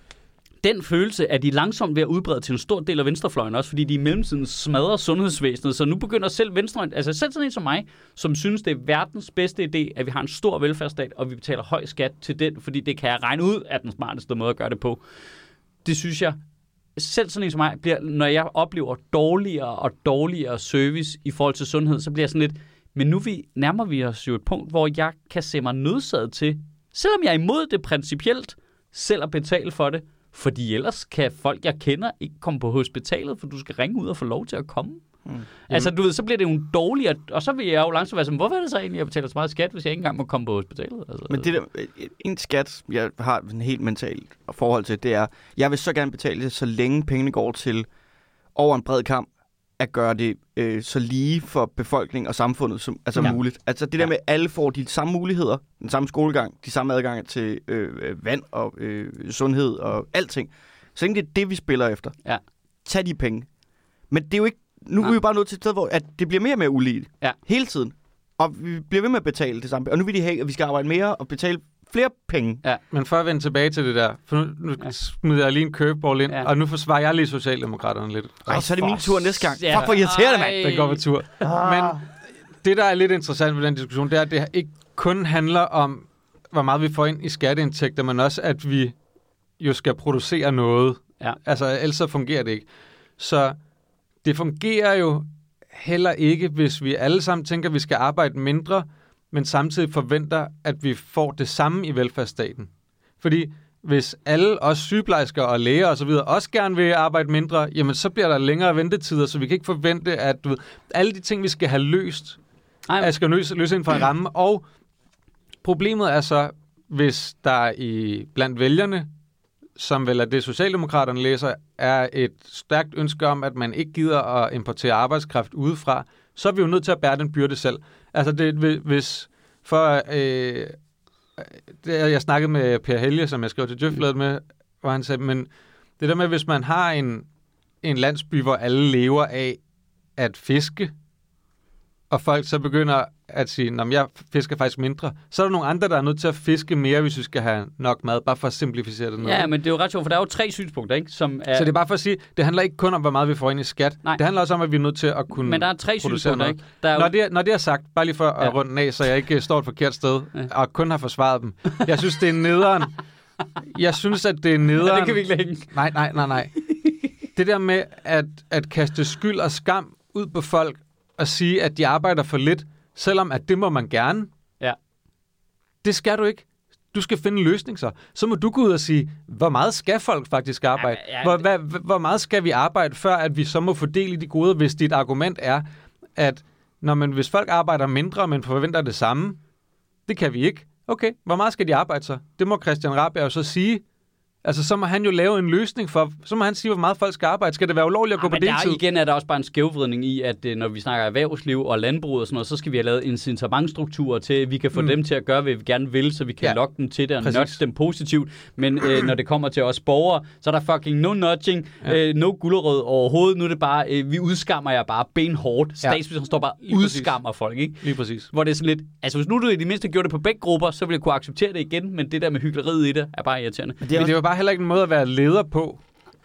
Den følelse er de langsomt ved at udbrede til en stor del af venstrefløjen også, fordi de i mellemtiden smadrer sundhedsvæsenet. Så nu begynder selv venstrefløjen, altså selv sådan en som mig, som synes, det er verdens bedste idé, at vi har en stor velfærdsstat, og vi betaler høj skat til den, fordi det kan jeg regne ud af den smarteste måde at gøre det på. Det synes jeg, selv sådan en som mig, bliver, når jeg oplever dårligere og dårligere service i forhold til sundhed, så bliver jeg sådan lidt, men nu nærmer vi os jo et punkt, hvor jeg kan se mig nødsaget til, selvom jeg er imod det principielt, selv at betale for det, fordi ellers kan folk, jeg kender, ikke komme på hospitalet, for du skal ringe ud og få lov til at komme. Altså, du ved, så bliver det jo dårligere, og så vil jeg jo langsomt være sådan, hvorfor er det så egentlig, jeg betaler så meget skat, hvis jeg ikke engang må komme på hospitalet? Altså, men det der, en skat, jeg har en helt mentalt forhold til, det er, jeg vil så gerne betale det, så længe pengene går til over en bred kamp, at gøre det så lige for befolkningen og samfundet som muligt. Altså det der med, at alle får de samme muligheder, den samme skolegang, de samme adgang til vand og sundhed og alting. Så længe det er det, vi spiller efter. Ja. Tag de penge. Men det er jo ikke, nu er vi bare nået til et sted, hvor at det bliver mere og mere ulige hele tiden. Og vi bliver ved med at betale det samme. Og nu vil de have, at vi skal arbejde mere og betale flere penge. Ja, men for at vende tilbage til det der, for nu smider jeg lige en curveball ind, og nu forsvarer jeg lige Socialdemokraterne lidt. Ej, så er det min tur næste gang. Fuck, hvor irriterende, mand. Den går på tur. Men det, der er lidt interessant ved den diskussion, det er, at det ikke kun handler om, hvor meget vi får ind i skatteindtægter, men også, at vi jo skal producere noget. Ja. Altså, ellers så fungerer det ikke. Så det fungerer jo heller ikke, hvis vi alle sammen tænker, at vi skal arbejde mindre, men samtidig forventer, at vi får det samme i velfærdsstaten. Fordi hvis alle, også sygeplejersker og læger osv., også gerne vil arbejde mindre, jamen så bliver der længere ventetider, så vi kan ikke forvente, at alle de ting, vi skal have løst, skal løse inden for en ramme. Og problemet er så, hvis der blandt vælgerne, som vel er det Socialdemokraterne læser, er et stærkt ønske om, at man ikke gider at importere arbejdskraft udefra, så er vi jo nødt til at bære den byrde selv. Altså, hvis jeg snakkede med Per Helge, som jeg skrev til Djøfbladet med, hvor han sagde, men det der med, hvis man har en landsby, hvor alle lever af at fiske, og folk så begynder at sige, at jeg fisker faktisk mindre, så er der nogle andre, der er nødt til at fiske mere, hvis vi skal have nok mad, bare for at simplificere det noget. Ja, men det er jo ret sjovt, for der er jo 3 synspunkter, ikke? Som er... Så det er bare for at sige, det handler ikke kun om, hvor meget vi får ind i skat. Nej. Det handler også om, at vi er nødt til at kunne. Men der er 3 synspunkter, noget. ikke? Der er jo... Når det er sagt, bare lige for at runde af, så jeg ikke står et forkert sted, og kun har forsvaret dem. Jeg synes, det er nederen. Jeg synes, at det er nederen. Ja, det kan vi ikke længe. Nej. Det der med at kaste skyld og skam ud på folk, og sige, at de arbejder for lidt, selvom at det må man gerne. Ja. Det skal du ikke. Du skal finde en løsning så. Så må du gå ud og sige, hvor meget skal folk faktisk arbejde? Hvor meget skal vi arbejde, før at vi så må fordele i de goder, hvis dit argument er, at hvis folk arbejder mindre, men forventer det samme, det kan vi ikke. Okay, hvor meget skal de arbejde så? Det må Christian Rabjerg så sige. Altså, så må han jo lave en løsning for, så må han sige, hvor meget folk skal arbejde. Skal det være ulovligt at gå på deltid? Igen er der også bare en skævvridning i, at når vi snakker erhvervsliv og landbrug og sådan noget, så skal vi have lavet incitamentstrukturer til, at vi kan få dem til at gøre, hvad vi gerne vil, så vi kan lokke dem til det og nudge dem positivt. Men når det kommer til os borgere, så er der fucking no nudging, no gulerod overhovedet. Nu er det bare, vi udskammer jer bare benhårdt. Statsministeren står bare udskammer folk, ikke? Lige præcis. Hvor det er sådan lidt, altså hvis nu du i det mindste gjorde det på begge grupper, så ville jeg kunne acceptere det igen, men det der med hykleriet i det er bare irriterende. Men det var bare heller ikke en måde at være leder på,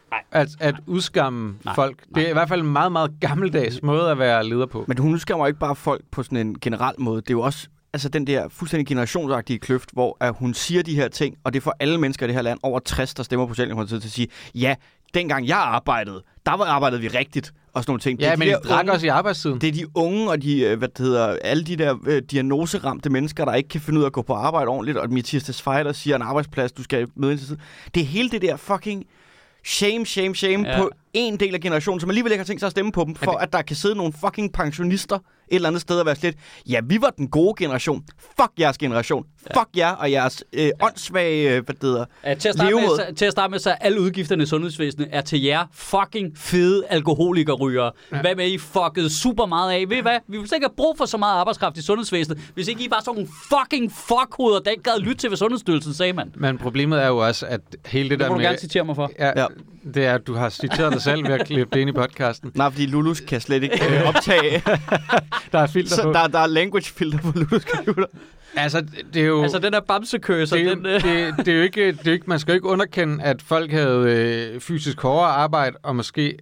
at udskamme folk. Det er i hvert fald en meget, meget gammeldags måde at være leder på. Men hun udskammer ikke bare folk på sådan en generel måde. Det er jo også den der fuldstændig generationsagtige kløft, hvor at hun siger de her ting, og det er for alle mennesker i det her land over 60, der stemmer på Socialdemokratiet til at sige, ja, dengang jeg arbejdede, arbejdede vi rigtigt, og sådan nogle ting. Ja, men de drak også i arbejdstiden. Det er de unge og de, alle de der diagnoseramte mennesker, der ikke kan finde ud af at gå på arbejde ordentligt, og Mathias Tesfaye, der siger en arbejdsplads, du skal møde ind til tid. Det er hele det der fucking shame på en del af generationen, som alligevel ikke har tænkt sig at stemme på dem, for at der kan sidde nogle fucking pensionister et eller andet sted og være slet, ja, vi var den gode generation. Fuck jeres generation. Fuck jer og jeres åndssvage, til at starte med, så alle udgifterne i sundhedsvæsenet er til jer fucking fede alkoholikerrygere. Hvad med I fucket super meget af? Ved I hvad? Vi vil ikke have brug for så meget arbejdskraft i sundhedsvæsenet, hvis ikke I var sådan nogle fucking fuckhoveder, der ikke gad lytte til, hvad Sundhedsstyrelsen sagde, mand. Men problemet er jo også, at hele det der med... Det må du gerne citere mig for. Ja. Det er, at du har citeret dig selv ved at klippe det ind i podcasten. Nej, fordi Lulus kan slet ikke optage. Der er filter på. Der er language filter på Lulus computer. Altså, det er jo... Altså, den der bamsekøser, det er jo ikke... Man skal jo ikke underkende, at folk havde fysisk hårdere arbejde, og måske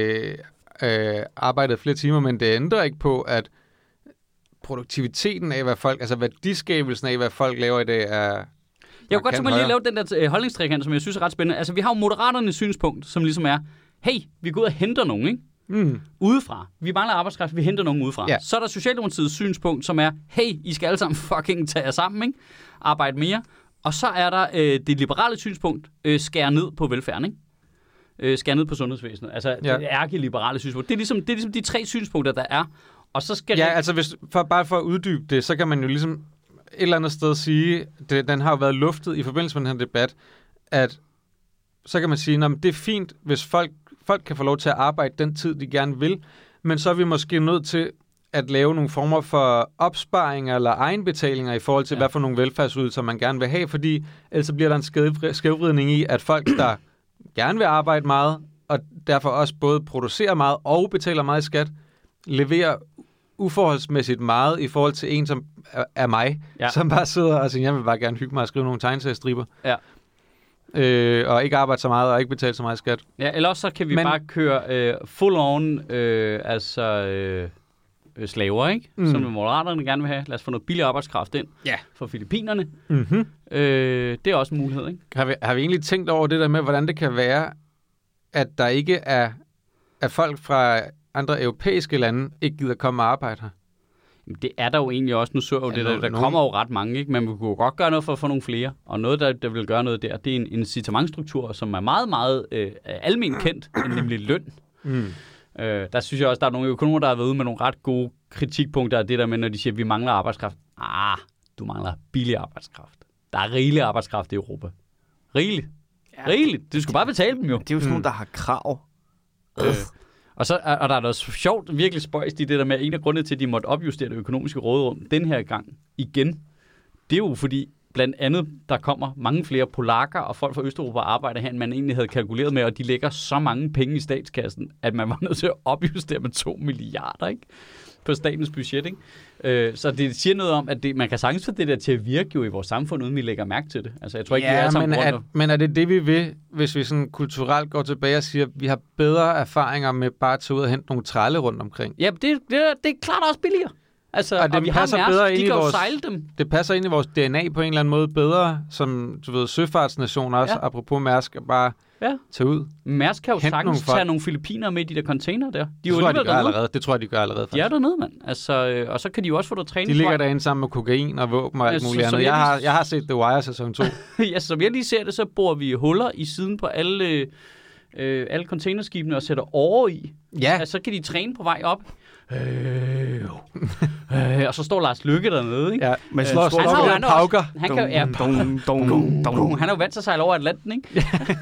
arbejdede flere timer, men det ændrer ikke på, at produktiviteten af, hvad folk... Altså, værdiskabelsen af, hvad folk laver i dag, er... Jeg kunne godt tænke mig lige at lave den der holdningstrækant, som jeg synes er ret spændende. Altså, vi har jo Moderaternes synspunkt, som ligesom er, hey, vi går ud og henter nogen, ikke? Udefra. Vi mangler arbejdskraft, vi henter nogen udefra. Ja. Så er der Socialdemokratiets synspunkt, som er, hey, I skal alle sammen fucking tage jer sammen, ikke? Arbejde mere. Og så er der det liberale synspunkt, skære ned på velfærden, ikke? Skære ned på sundhedsvæsenet. Altså, det ærke-liberale synspunkt. Det er ligesom de 3 synspunkter, der er. Og så skal altså, bare for at uddybe det, så kan man jo ligesom et eller andet sted sige, den har jo været luftet i forbindelse med den her debat, at så kan man sige, at det er fint, hvis folk kan få lov til at arbejde den tid, de gerne vil, men så er vi måske nødt til at lave nogle former for opsparinger eller egenbetalinger i forhold til, hvad for nogle velfærdsydelser man gerne vil have, fordi ellers bliver der en skævvridning i, at folk, der gerne vil arbejde meget, og derfor også både producerer meget og betaler meget i skat, leverer uforholdsmæssigt meget i forhold til en, som er mig, som bare sidder og siger, jeg vil bare gerne hygge mig og skrive nogle tegneseriestriber. Ja. Og ikke arbejde så meget og ikke betale så meget skat. Ja, eller også så kan vi bare køre full on, slaver, ikke? Som Moderaterne gerne vil have. Lad os få noget billig arbejdskraft ind for Filippinerne. Mm-hmm. Det er også en mulighed, ikke? Har vi egentlig tænkt over det der med, hvordan det kan være, at der ikke er at folk fra andre europæiske lande ikke gider komme og arbejde her? Det er der jo egentlig også. Nu så jo det, der kommer jo ret mange, ikke? Men vi kunne godt gøre noget for at få nogle flere. Og noget, der vil gøre noget der, det er en incitamentstruktur, som er meget, meget almen kendt, nemlig løn. Der synes jeg også, der er nogle økonomer, der har været ude med nogle ret gode kritikpunkter af det der med, når de siger, at vi mangler arbejdskraft. Du mangler billig arbejdskraft. Der er rigelig arbejdskraft i Europa. Rigeligt. Rigeligt. Du skal bare betale dem jo. Det er jo sådan nogle, der har krav. Og der er noget sjovt, virkelig spøjst i det der med, en af grundene til, at de måtte opjustere det økonomiske råderum den her gang igen, det er jo fordi, blandt andet, der kommer mange flere polakker og folk fra Østeuropa arbejder her, end man egentlig havde kalkuleret med, og de lægger så mange penge i statskassen, at man var nødt til at opjustere med 2 milliarder, ikke? på statens budget, ikke? Så det siger noget om, at man kan sagtens få det der til at virke jo i vores samfund, uden vi lægger mærke til det. Altså, jeg tror ikke, vi er sammen men er det, vi vil, hvis vi sådan kulturelt går tilbage og siger, at vi har bedre erfaringer med bare at tage ud og hente nogle trælle rundt omkring? Ja, det er klart også billigere. Altså, og vi passer har bedre ind i vores, sejle dem. Det passer ind i vores DNA på en eller anden måde bedre, som du ved, søfartsnation også, apropos Mærsk, bare tage ud. Mærsk kan jo sagtens tage nogle filippiner med i de der container der. Det tror jeg, de gør allerede. Faktisk. De er dernede, mand. Altså, og så kan de jo også få noget træning. De ligger derinde sammen med kokain og våben og alt muligt andet. Jeg har set The Wire sæson 2. Ja, som jeg lige ser det, så borer vi huller i siden på alle containerskibene og sætter over i. Ja. Så kan de træne på vej op. Og så står Lars Løkke dernede, ikke? Ja, men han er jo vant til at sejle over Atlanten, ikke?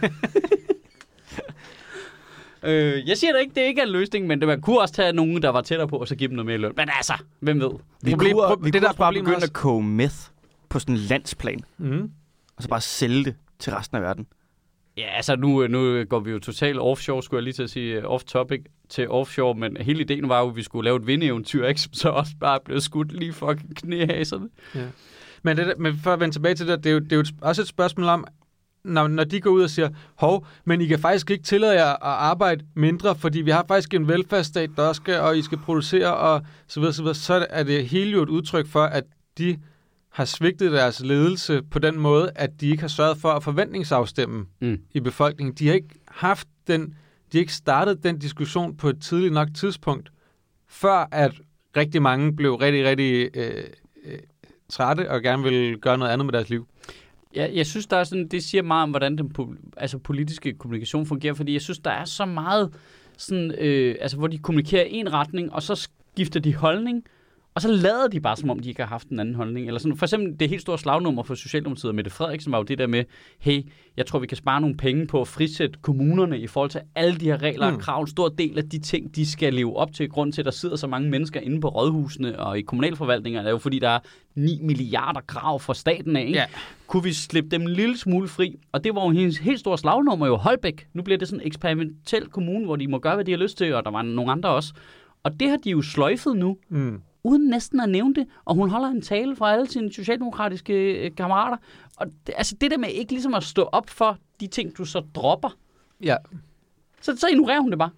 Jeg siger da ikke, det ikke er en løsning, men man kunne også tage nogen, der var tættere på, og så give dem noget mere løn. Men altså, hvem ved? Vi kunne bare begynde at koge meth på sådan en landsplan, og så bare sælge det til resten af verden. Ja, altså nu går vi jo totalt offshore, skulle jeg lige til at sige, off-topic til offshore, men hele ideen var jo, at vi skulle lave et vindeeventyr, ikke? Som så også bare blev skudt lige fucking knæhaserne. Ja. Men for at vende tilbage til det, det er jo også et spørgsmål om, når de går ud og siger, men I kan faktisk ikke tillade jer at arbejde mindre, fordi vi har faktisk en velfærdsstat, der også skal, og I skal producere, og så videre, så er det hele jo et udtryk for, at de har svigtet deres ledelse på den måde, at de ikke har sørget for at forventningsafstemme i befolkningen. De har ikke startet den diskussion på et tidligt nok tidspunkt, før at rigtig mange blev rigtig, rigtig trætte og gerne ville gøre noget andet med deres liv. Ja, jeg synes, der er sådan, det siger meget om, hvordan den politiske kommunikation fungerer, fordi jeg synes, der er så meget, sådan, hvor de kommunikerer i en retning, og så skifter de holdning, og så lader de bare, som om de ikke har haft en anden holdning. Eller sådan, for eksempel det helt store slagnummer for Socialdemokratiet og Mette Frederiksen var jo det der med, hey, jeg tror, vi kan spare nogle penge på at frisætte kommunerne i forhold til alle de her regler og krav. En stor del af de ting, de skal leve op til. Grunden til, at der sidder så mange mennesker inde på rådhusene og i kommunalforvaltninger, er jo fordi, der er 9 milliarder krav fra staten af. Ikke? Ja. Kunne vi slippe dem en lille smule fri? Og det var jo hendes helt store slagnummer jo Holbæk. Nu bliver det sådan en eksperimentel kommune, hvor de må gøre, hvad de har lyst til, og der var nogle andre også. Og det har de jo sløjfet nu. Uden næsten at nævne det, og hun holder en tale fra alle sine socialdemokratiske kammerater. Og det der med ikke ligesom at stå op for de ting, du så dropper, så ignorerer hun det bare.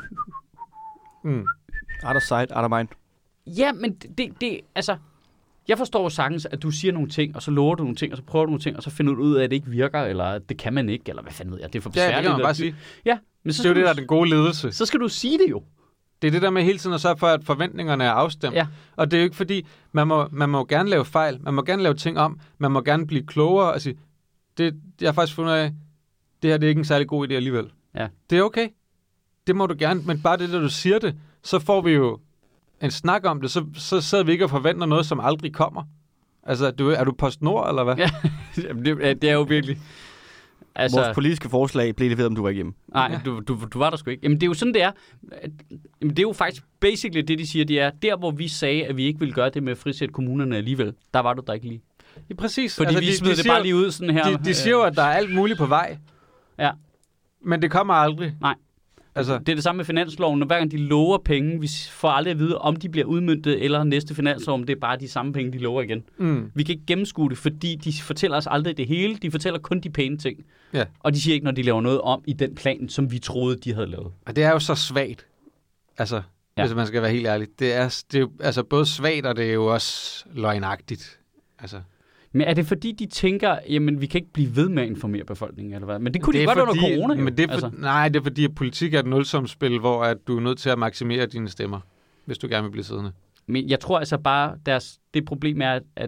Out of sight, out of mind. Ja, men jeg forstår jo sagtens, at du siger nogle ting, og så lover du nogle ting, og så prøver du nogle ting, og så finder du ud af, at det ikke virker, eller at det kan man ikke, eller hvad fanden ved jeg, det er for besværligt. Ja, det kan man bare sige. Ja, men så det er jo det, der er den gode ledelse. Så skal du sige det jo. Det er det der med hele tiden at sørge for, at forventningerne er afstemt. Ja. Og det er jo ikke fordi, man må gerne lave fejl, man må gerne lave ting om, man må gerne blive klogere. Altså, jeg har faktisk fundet af, det her det er ikke en særlig god idé alligevel. Ja. Det er okay. Det må du gerne, men bare det, der du siger det, så får vi jo en snak om det, så sidder vi ikke og forventer noget, som aldrig kommer. Altså, er du PostNord, eller hvad? Ja, det er jo virkelig... Altså, vores politiske forslag blev leveret, om du var ikke hjemme. Nej, du var der sgu ikke. Jamen, det er jo sådan, det er. Jamen, det er jo faktisk basically det, de siger, det er, der hvor vi sagde, at vi ikke ville gøre det med at frisætte kommunerne alligevel, der var du der ikke lige. Ja, præcis. Fordi vi smed det bare lige ud sådan her. De siger jo, at der er alt muligt på vej. Ja. Men det kommer aldrig. Nej. Altså, det er det samme med finansloven. Når hver gang de lover penge, vi får aldrig at vide, om de bliver udmøntet, eller næste finanslov, om det er bare de samme penge, de lover igen. Vi kan ikke gennemskue det, fordi de fortæller os aldrig det hele. De fortæller kun de pæne ting. Ja. Og de siger ikke, når de laver noget om i den plan, som vi troede, de havde lavet. Og det er jo så svagt. Altså, hvis man skal være helt ærlig. Det er jo altså både svagt, og det er jo også løgnagtigt. Altså... Men er det fordi, de tænker, jamen vi kan ikke blive ved med at informere befolkningen, eller hvad? Men det kunne de godt under corona. Men det er nej, det er fordi, at politik er et nulsumsspil, hvor at du er nødt til at maksimere dine stemmer, hvis du gerne vil blive siddende. Men jeg tror altså bare, det problem er, at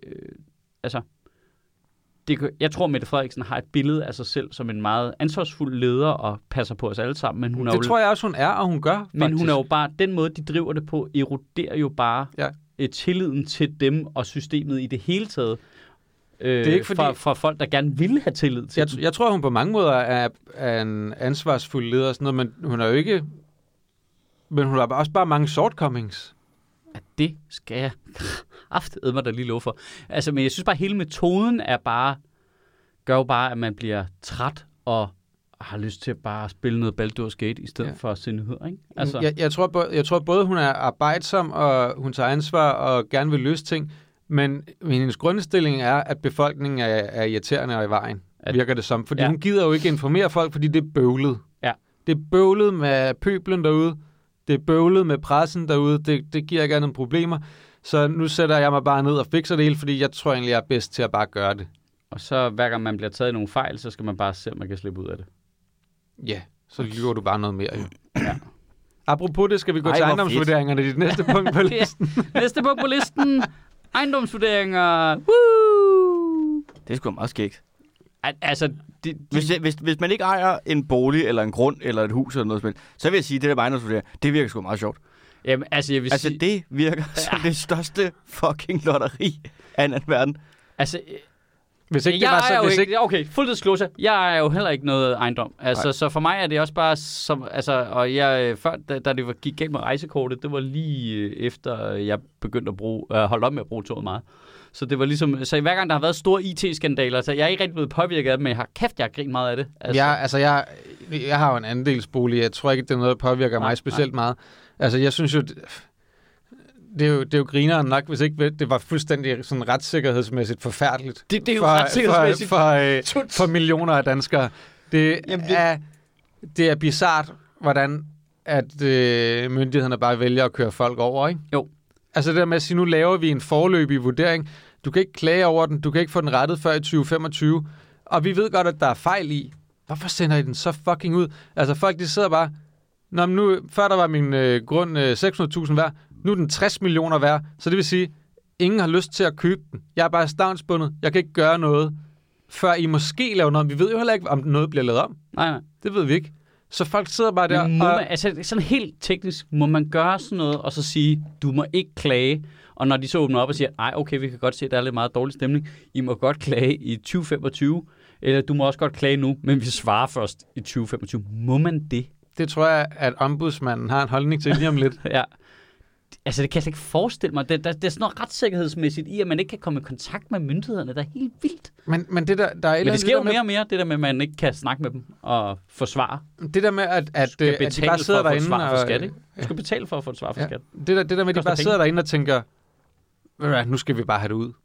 jeg tror, Mette Frederiksen har et billede af sig selv som en meget ansvarsfuld leder og passer på os alle sammen. Men hun tror jeg også, hun er, og hun gør, faktisk. Men hun er jo bare, den måde, de driver det på, eroderer jo bare tilliden til dem og systemet i det hele taget. Det er ikke fordi... fra folk, der gerne vil have tillid til jeg tror, hun på mange måder er en ansvarsfuld leder og sådan noget, men hun er jo ikke... Men hun har også bare mange shortcomings. Ja, det skal jeg kraftedme mig da lige love for. Altså, men jeg synes bare, at hele metoden gør jo bare, at man bliver træt og har lyst til at bare spille noget Baldur's Gate, i stedet for at se nyheder, ikke? Altså. Jeg tror både, hun er arbejdsom, og hun tager ansvar, og gerne vil løse ting, men hendes grundstilling er, at befolkningen er irriterende og i vejen, virker det som. Fordi hun gider jo ikke informere folk, fordi det er bøvlet. Ja. Det er bøvlet med pøblen derude, det er bøvlet med pressen derude, det giver ikke nogen problemer. Så nu sætter jeg mig bare ned og fikser det hele, fordi jeg tror egentlig, jeg er bedst til at bare gøre det. Og så hver gang man bliver taget i nogle fejl, så skal man bare se, om man kan slippe ud af det. Ja, så lyver du bare noget mere. Jo. Ja. Apropos det, skal vi gå til ejendomsvurderingerne i det næste punkt på listen. Næste punkt på listen. Ejendomsvurderinger. Woo! Det er sgu meget skægt. Altså, hvis man ikke ejer en bolig, eller en grund, eller et hus, eller noget, så vil jeg sige, at det der ejendomsvurdering, det virker sgu meget sjovt. Jamen, altså, jeg vil sige... det virker som det største fucking lotteri af en anden verden. Altså... Hvis ikke det var så, hvis ikke... Okay, full disclosure. Jeg er jo heller ikke noget ejendom. Altså, så for mig er det også bare som... Altså, og jeg, før, da det gik galt med rejsekortet, det var lige efter, jeg begyndte at holde op med at bruge toget meget. Så det var ligesom... Så hver gang der har været store IT-skandaler, så jeg er ikke rigtig blevet påvirket af det, men jeg har grint meget af det. Altså. Jeg har jo en andelsbolig. Jeg tror ikke, det er noget, der påvirker mig specielt meget. Altså, jeg synes jo... Det er jo grineren nok, hvis ikke det var fuldstændig sådan retssikkerhedsmæssigt forfærdeligt. Det er jo retssikkerhedsmæssigt for millioner af danskere. Det er bizart, hvordan at myndighederne bare vælger at køre folk over, ikke? Jo. Altså det der med at sige, nu laver vi en foreløbig vurdering. Du kan ikke klage over den, du kan ikke få den rettet før i 2025. Og vi ved godt, at der er fejl i. Hvorfor sender I den så fucking ud? Altså folk, de sidder bare... Nå, men nu, før der var min grund 600.000 værd, nu er den 60 millioner værd, så det vil sige, ingen har lyst til at købe den. Jeg er bare stavnsbundet. Jeg kan ikke gøre noget, før I måske laver noget. Vi ved jo heller ikke, om noget bliver lavet om. Nej. Det ved vi ikke. Så folk sidder bare der. Altså sådan helt teknisk, må man gøre sådan noget, og så sige, du må ikke klage. Og når de så åbner op og siger, nej, okay, vi kan godt se, at der er lidt meget dårlig stemning. I må godt klage i 2025, eller du må også godt klage nu, men vi svarer først i 2025. Må man det? Det tror jeg, at ombudsmanden har en holdning til lige om lidt. Ja. Altså, det kan jeg slet ikke forestille mig. Det er sådan noget retssikkerhedsmæssigt i, at man ikke kan komme i kontakt med myndighederne. Det er helt vildt. Men det der er men det sker jo mere og mere, det der med, at man ikke kan snakke med dem og forsvare. Det der med, at de bare sidder derinde og... Skat, ikke? Du skal betale for at få et svar for skat. Det der med, at de bare sidder derinde og tænker, nu skal vi bare have det ud.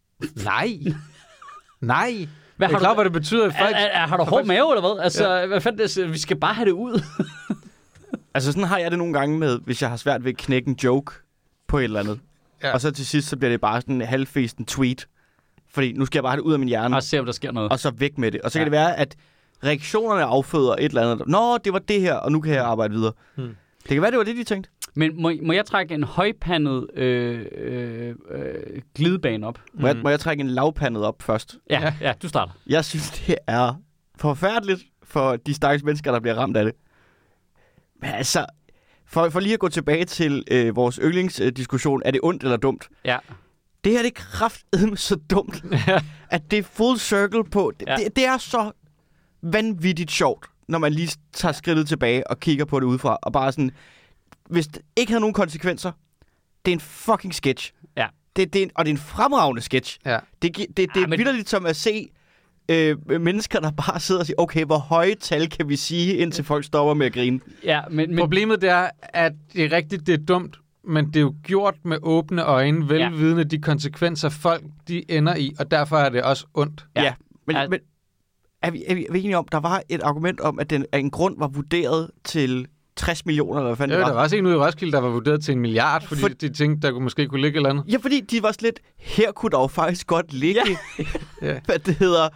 Nej. Jeg er klar, hvad det betyder. Folk... Har du hård mave, eller hvad? Altså, hvad fanden, vi skal bare have det ud. Altså, sådan har jeg det nogle gange med, hvis jeg har svært ved at knække en joke på et eller andet. Ja. Og så til sidst, så bliver det bare sådan en halvfesten tweet. Fordi nu skal jeg bare have det ud af min hjerne. Og se, om der sker noget. Og så væk med det. Og så kan det være, at reaktionerne afføder et eller andet. Nå, det var det her, og nu kan jeg arbejde videre. Det kan være, det var det, de tænkte. Men må jeg trække en højpandet glidebane op? Må jeg trække en lavpandet op først? Ja, du starter. Jeg synes, det er forfærdeligt for de stakkels mennesker, der bliver ramt af det. Men altså, for lige at gå tilbage til vores yndlingsdiskussion, er det ondt eller dumt? Ja. Det her, det er kraftedeme så dumt, at det er full circle på. Det er så vanvittigt sjovt, når man lige tager skridtet tilbage og kigger på det udefra, og bare sådan, hvis det ikke havde nogen konsekvenser, det er en fucking sketch. Ja. Og det er en fremragende sketch. Ja. Det er vitterligt som at se mennesker, der bare sidder og siger, okay, hvor høje tal kan vi sige, indtil folk stopper med at grine? Ja, men problemet det er, at det er rigtigt, det er dumt, men det er jo gjort med åbne øjne, velvidende de konsekvenser, folk de ender i, og derfor er det også ondt. Ja, men er vi enige om, der var et argument om, at en grund var vurderet til 60 millioner, eller hvad fanden det var? Der var også en ude i Roskilde, der var vurderet til 1 milliard, fordi de tænkte, der måske kunne ligge et eller andet. Ja, fordi de var slet, her kunne der jo faktisk godt ligge, hvad det hedder,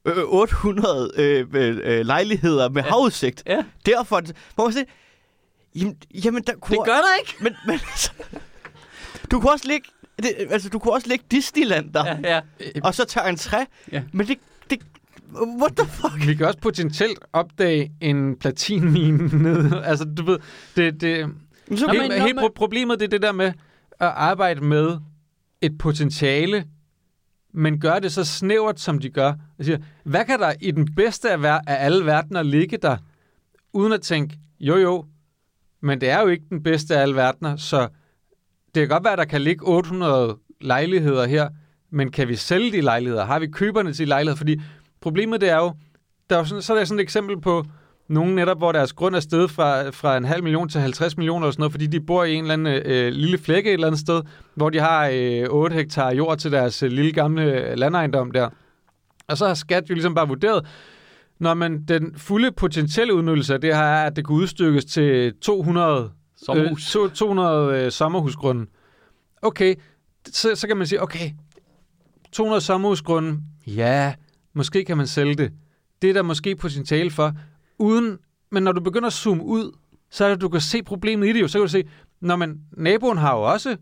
800 lejligheder med havudsigt. Ja. Derfor, hvor man siger, jamen der kunne... Det gør der ikke! Men altså, du kunne også ligge Disneyland der, og så tage en træ, men det what the fuck? Vi kan også potentielt opdage en platinmine nede. Altså, du ved, problemet det er det der med at arbejde med et potentiale, men gør det så snævert, som de gør. Jeg siger, hvad kan der i den bedste af alle verdener ligge der, uden at tænke, jo, men det er jo ikke den bedste af alle verdener, så det kan godt være, at der kan ligge 800 lejligheder her, men kan vi sælge de lejligheder? Har vi køberne til de lejligheder? Fordi problemet det er jo, så er der sådan et eksempel på nogle netop, hvor deres grund er steget fra 500.000 til 50 millioner og sådan noget, fordi de bor i en eller anden lille flække et eller andet sted, hvor de har 8 hektar jord til deres lille gamle landejendom der. Og så har skat jo ligesom bare vurderet, når man den fulde potentielle udnyttelse af det her er, at det kan udstykkes til 200 sommerhusgrunde. Okay, så kan man sige, okay, 200 sommerhusgrunde, ja, måske kan man sælge det. Det er der måske potentiale for, men når du begynder at zoome ud, så er det, du kan se problemet i det jo. Så kan du se, naboen har jo også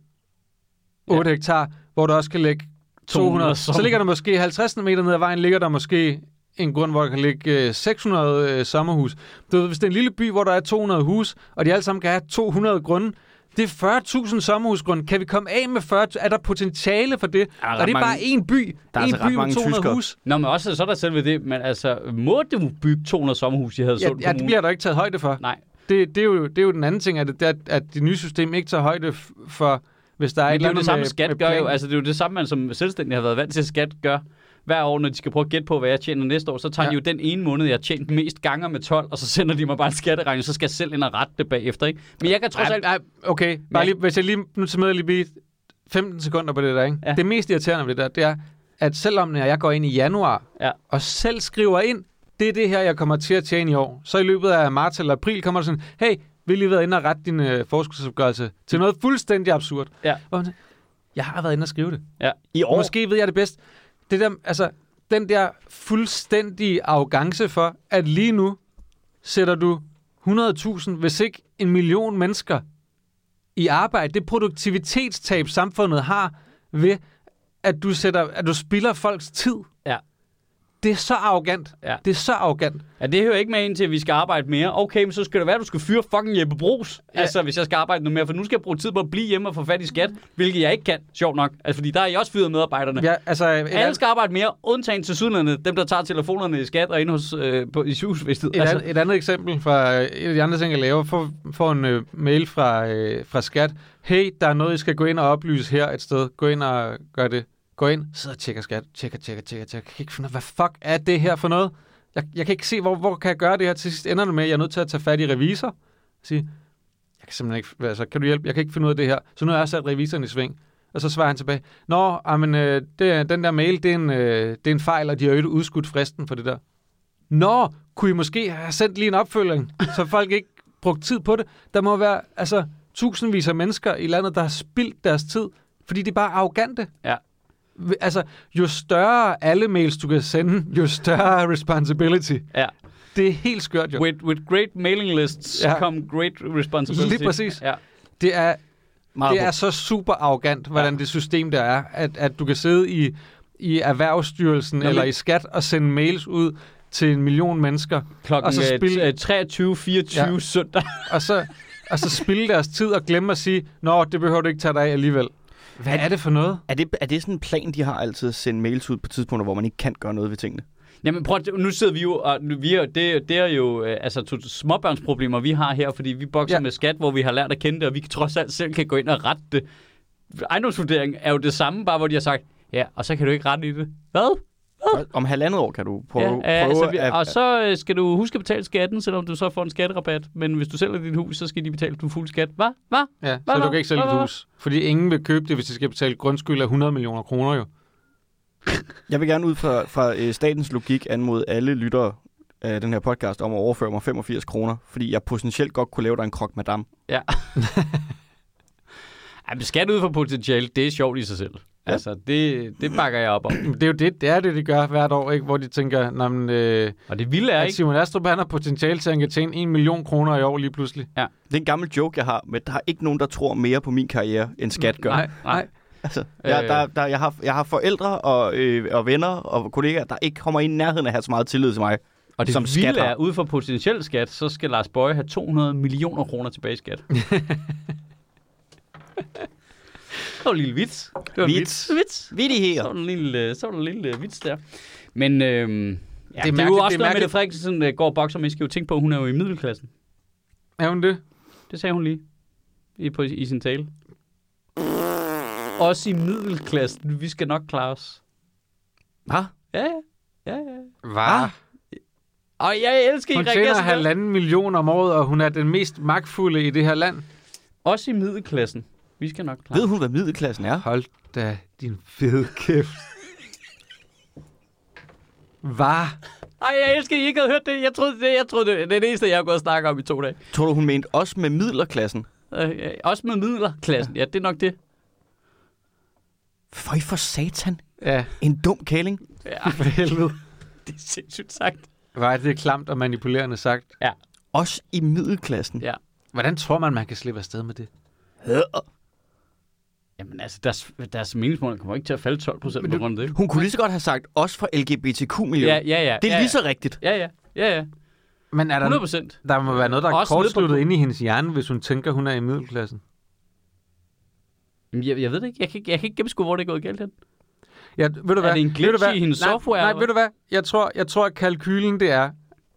8 hektar, hvor du også kan lægge 200. Så ligger der måske 50 meter ned ad vejen, ligger der måske en grund, hvor der kan ligge 600 sommerhus. Du ved, hvis det er en lille by, hvor der er 200 hus, og de alle sammen kan have 200 grunde, det er 40.000 sommerhusgrunde. Kan vi komme af med 40? Er der potentiale for det? Og det er bare én by. Der er en altså by med 200 hus. Nå, men også så er der selve det. Men altså, må du bygge 200 sommerhus i Haderslev Kommune? Ja, det bliver der ikke taget højde for. Nej. Det er jo den anden ting, at det nye system ikke tager højde for, hvis der er men et eller andet det er jo det samme, skat gør jo. Altså, det er jo det samme, man som selvstændig har været vant til, at skat gør. Hver år, når de skal prøve at gætte på, hvad jeg tjener næste år, så tager de jo den ene måned, jeg har tjent mest ganger med 12, og så sender de mig bare en skatteregning, så skal jeg selv ind og rette det bagefter, ikke? Men jeg kan trods alt... Okay, bare lige, hvis jeg nu tager med lige 15 sekunder på det der, ikke? Ja. Det mest irriterende ved det der, det er, at selvom når jeg går ind i januar, og selv skriver ind, det er det her, jeg kommer til at tjene i år, så i løbet af marts eller april kommer der sådan, hey, vil lige været inde og rette din forskudsopgørelse til noget fuldstændig absurd. Ja. Jeg har været inde og skrive det. Ja. I år. Måske ved jeg det bedst. Det der, altså, den der fuldstændige arrogance for, at lige nu sætter du 100.000, hvis ikke 1 million mennesker i arbejde. Det produktivitetstab, samfundet har ved, at du spilder folks tid. Ja. Det er så arrogant. Ja. Det er så arrogant. Ja, det hører ikke med ind til, at vi skal arbejde mere. Okay, men så skal det være, at du skal fyre fucking Jeppe Brugs. Ja. Altså, hvis jeg skal arbejde noget mere. For nu skal jeg bruge tid på at blive hjemme og få fat i skat, hvilket jeg ikke kan, sjovt nok. Altså, fordi der er I også fyret medarbejderne. Ja, altså, alle skal arbejde mere, undtagen til sydlandene. Dem, der tager telefonerne i skat og ind hos i sygehuset. Et andet eksempel fra et af de andre ting, jeg laver, får en mail fra skat. Hey, der er noget, I skal gå ind og oplyse her et sted. Gå ind og gør det. Gå ind, sidder og tjekker skat, tjekker. Jeg kan ikke finde ud af, hvad fuck er det her for noget? Jeg kan ikke se, hvor kan jeg gøre det her? Til sidst ender det med, at jeg er nødt til at tage fat i revisor. Og sige, jeg kan simpelthen ikke, altså, kan du hjælpe? Jeg kan ikke finde ud af det her. Så nu har jeg sat revisoren i sving. Og så svarer han tilbage, men den der mail, det er en fejl, og de har jo udskudt fristen for det der. Kunne I måske have sendt lige en opfølging, så folk ikke brugte tid på det? Der må være, altså, tusindvis af mennesker i landet, der har spildt deres tid, fordi de er bare arrogante. Ja. Altså, jo større alle mails, du kan sende, jo større responsibility. Ja. Det er helt skørt, jo. With great mailing lists come great responsibility. Lige præcis. Ja. Det er så super arrogant, hvordan det system der er, at du kan sidde i Erhvervsstyrelsen eller i Skat og sende mails ud til 1 million mennesker. Klokken 23:24 søndag. og så spille deres tid og glemme at sige, det behøver du ikke tage dig af alligevel. Hvad er det for noget? Er det sådan en plan, de har altid at sende mails ud på tidspunkter, hvor man ikke kan gøre noget ved tingene? Jamen prøv, nu sidder vi jo, og det er jo småbørnsproblemer, vi har her, fordi vi bokser med skat, hvor vi har lært at kende det, og vi trods alt selv kan gå ind og rette det. Ejendomsvurdering er jo det samme, bare hvor de har sagt, ja, og så kan du ikke rette i det. Hvad? Om 1,5 år kan du prøve og så skal du huske at betale skatten, selvom du så får en skatterabat. Men hvis du sælger dit hus, så skal de betale du fuld skat. Hvad? Ja, så du kan ikke sælge dit hus. Fordi ingen vil købe det, hvis de skal betale grundskyld af 100 millioner kroner jo. Jeg vil gerne ud fra statens logik anmode alle lyttere af den her podcast om at overføre mig 85 kroner, fordi jeg potentielt godt kunne lave dig en croque madame. Ja. Men skat ud fra potentiale, det er sjovt i sig selv. Ja. Altså, det bakker jeg op om. Det er jo det er det, de gør hvert år, ikke? Hvor de tænker, og det vilde er ikke... Simon Astrup, han har potentiale til, at han kan tjene 1 million kroner i år lige pludselig. Ja. Det er en gammel joke, jeg har, men der er ikke nogen, der tror mere på min karriere, end skat gør. Nej. Altså, jeg har forældre og venner og kollegaer, der ikke kommer ind i nærheden af at have så meget tillid til mig. Og det som vilde er, ud fra potentiel skat, så skal Lars Boje have 200 millioner kroner tilbage i skat. Det var en lille vits. Vittigheder. Så var der en lille vits der. Men det er jo også noget, Mette Frederiksen går og bokser med. I skal jo tænke på, at hun er jo i middelklassen. Er hun det? Det sagde hun lige i sin tale. Også i middelklassen. Vi skal nok klare os. Hvad? Ja. Hvad? Og jeg elsker, Hun tjener 1,5 million om året, og hun er den mest magtfulde i det her land. Også i middelklassen. Vi skal nok klare. Ved hun, hvad middelklassen er? Hold da din fede kæft. Hvad? Ej, jeg elsker, at I ikke havde hørt det. Jeg troede det er det eneste, jeg har gået og snakket om i 2 dage. Tror du, hun mente også med middelklassen? Også med midlerklassen. Ja, det er nok det. Føj for satan. Ja, En dum kæling. Ja, for helvede. det er sindssygt sagt. Hvor er det klamt og manipulerende sagt. Ja. Også i middelklassen. Ja. Hvordan tror man kan slippe afsted med det? Jamen altså, deres meningsmål kommer ikke til at falde 12% på grund af det. Hun kunne lige så godt have sagt, også for LGBTQ-miljøet. Ja. Det er lige så rigtigt. Ja. Men er der, 100%. der må være noget, der er Også kortsluttet ned på- inde i hendes hjerne, hvis hun tænker, hun er i middelklassen. Jamen, jeg ved det ikke. Jeg kan ikke gennemskue, hvor det er gået galt hen. Ja, ved du hvad? Er det en Ved du glitch hvad? i hendes software? Nej, eller ved du hvad? Jeg tror, at kalkylen det er,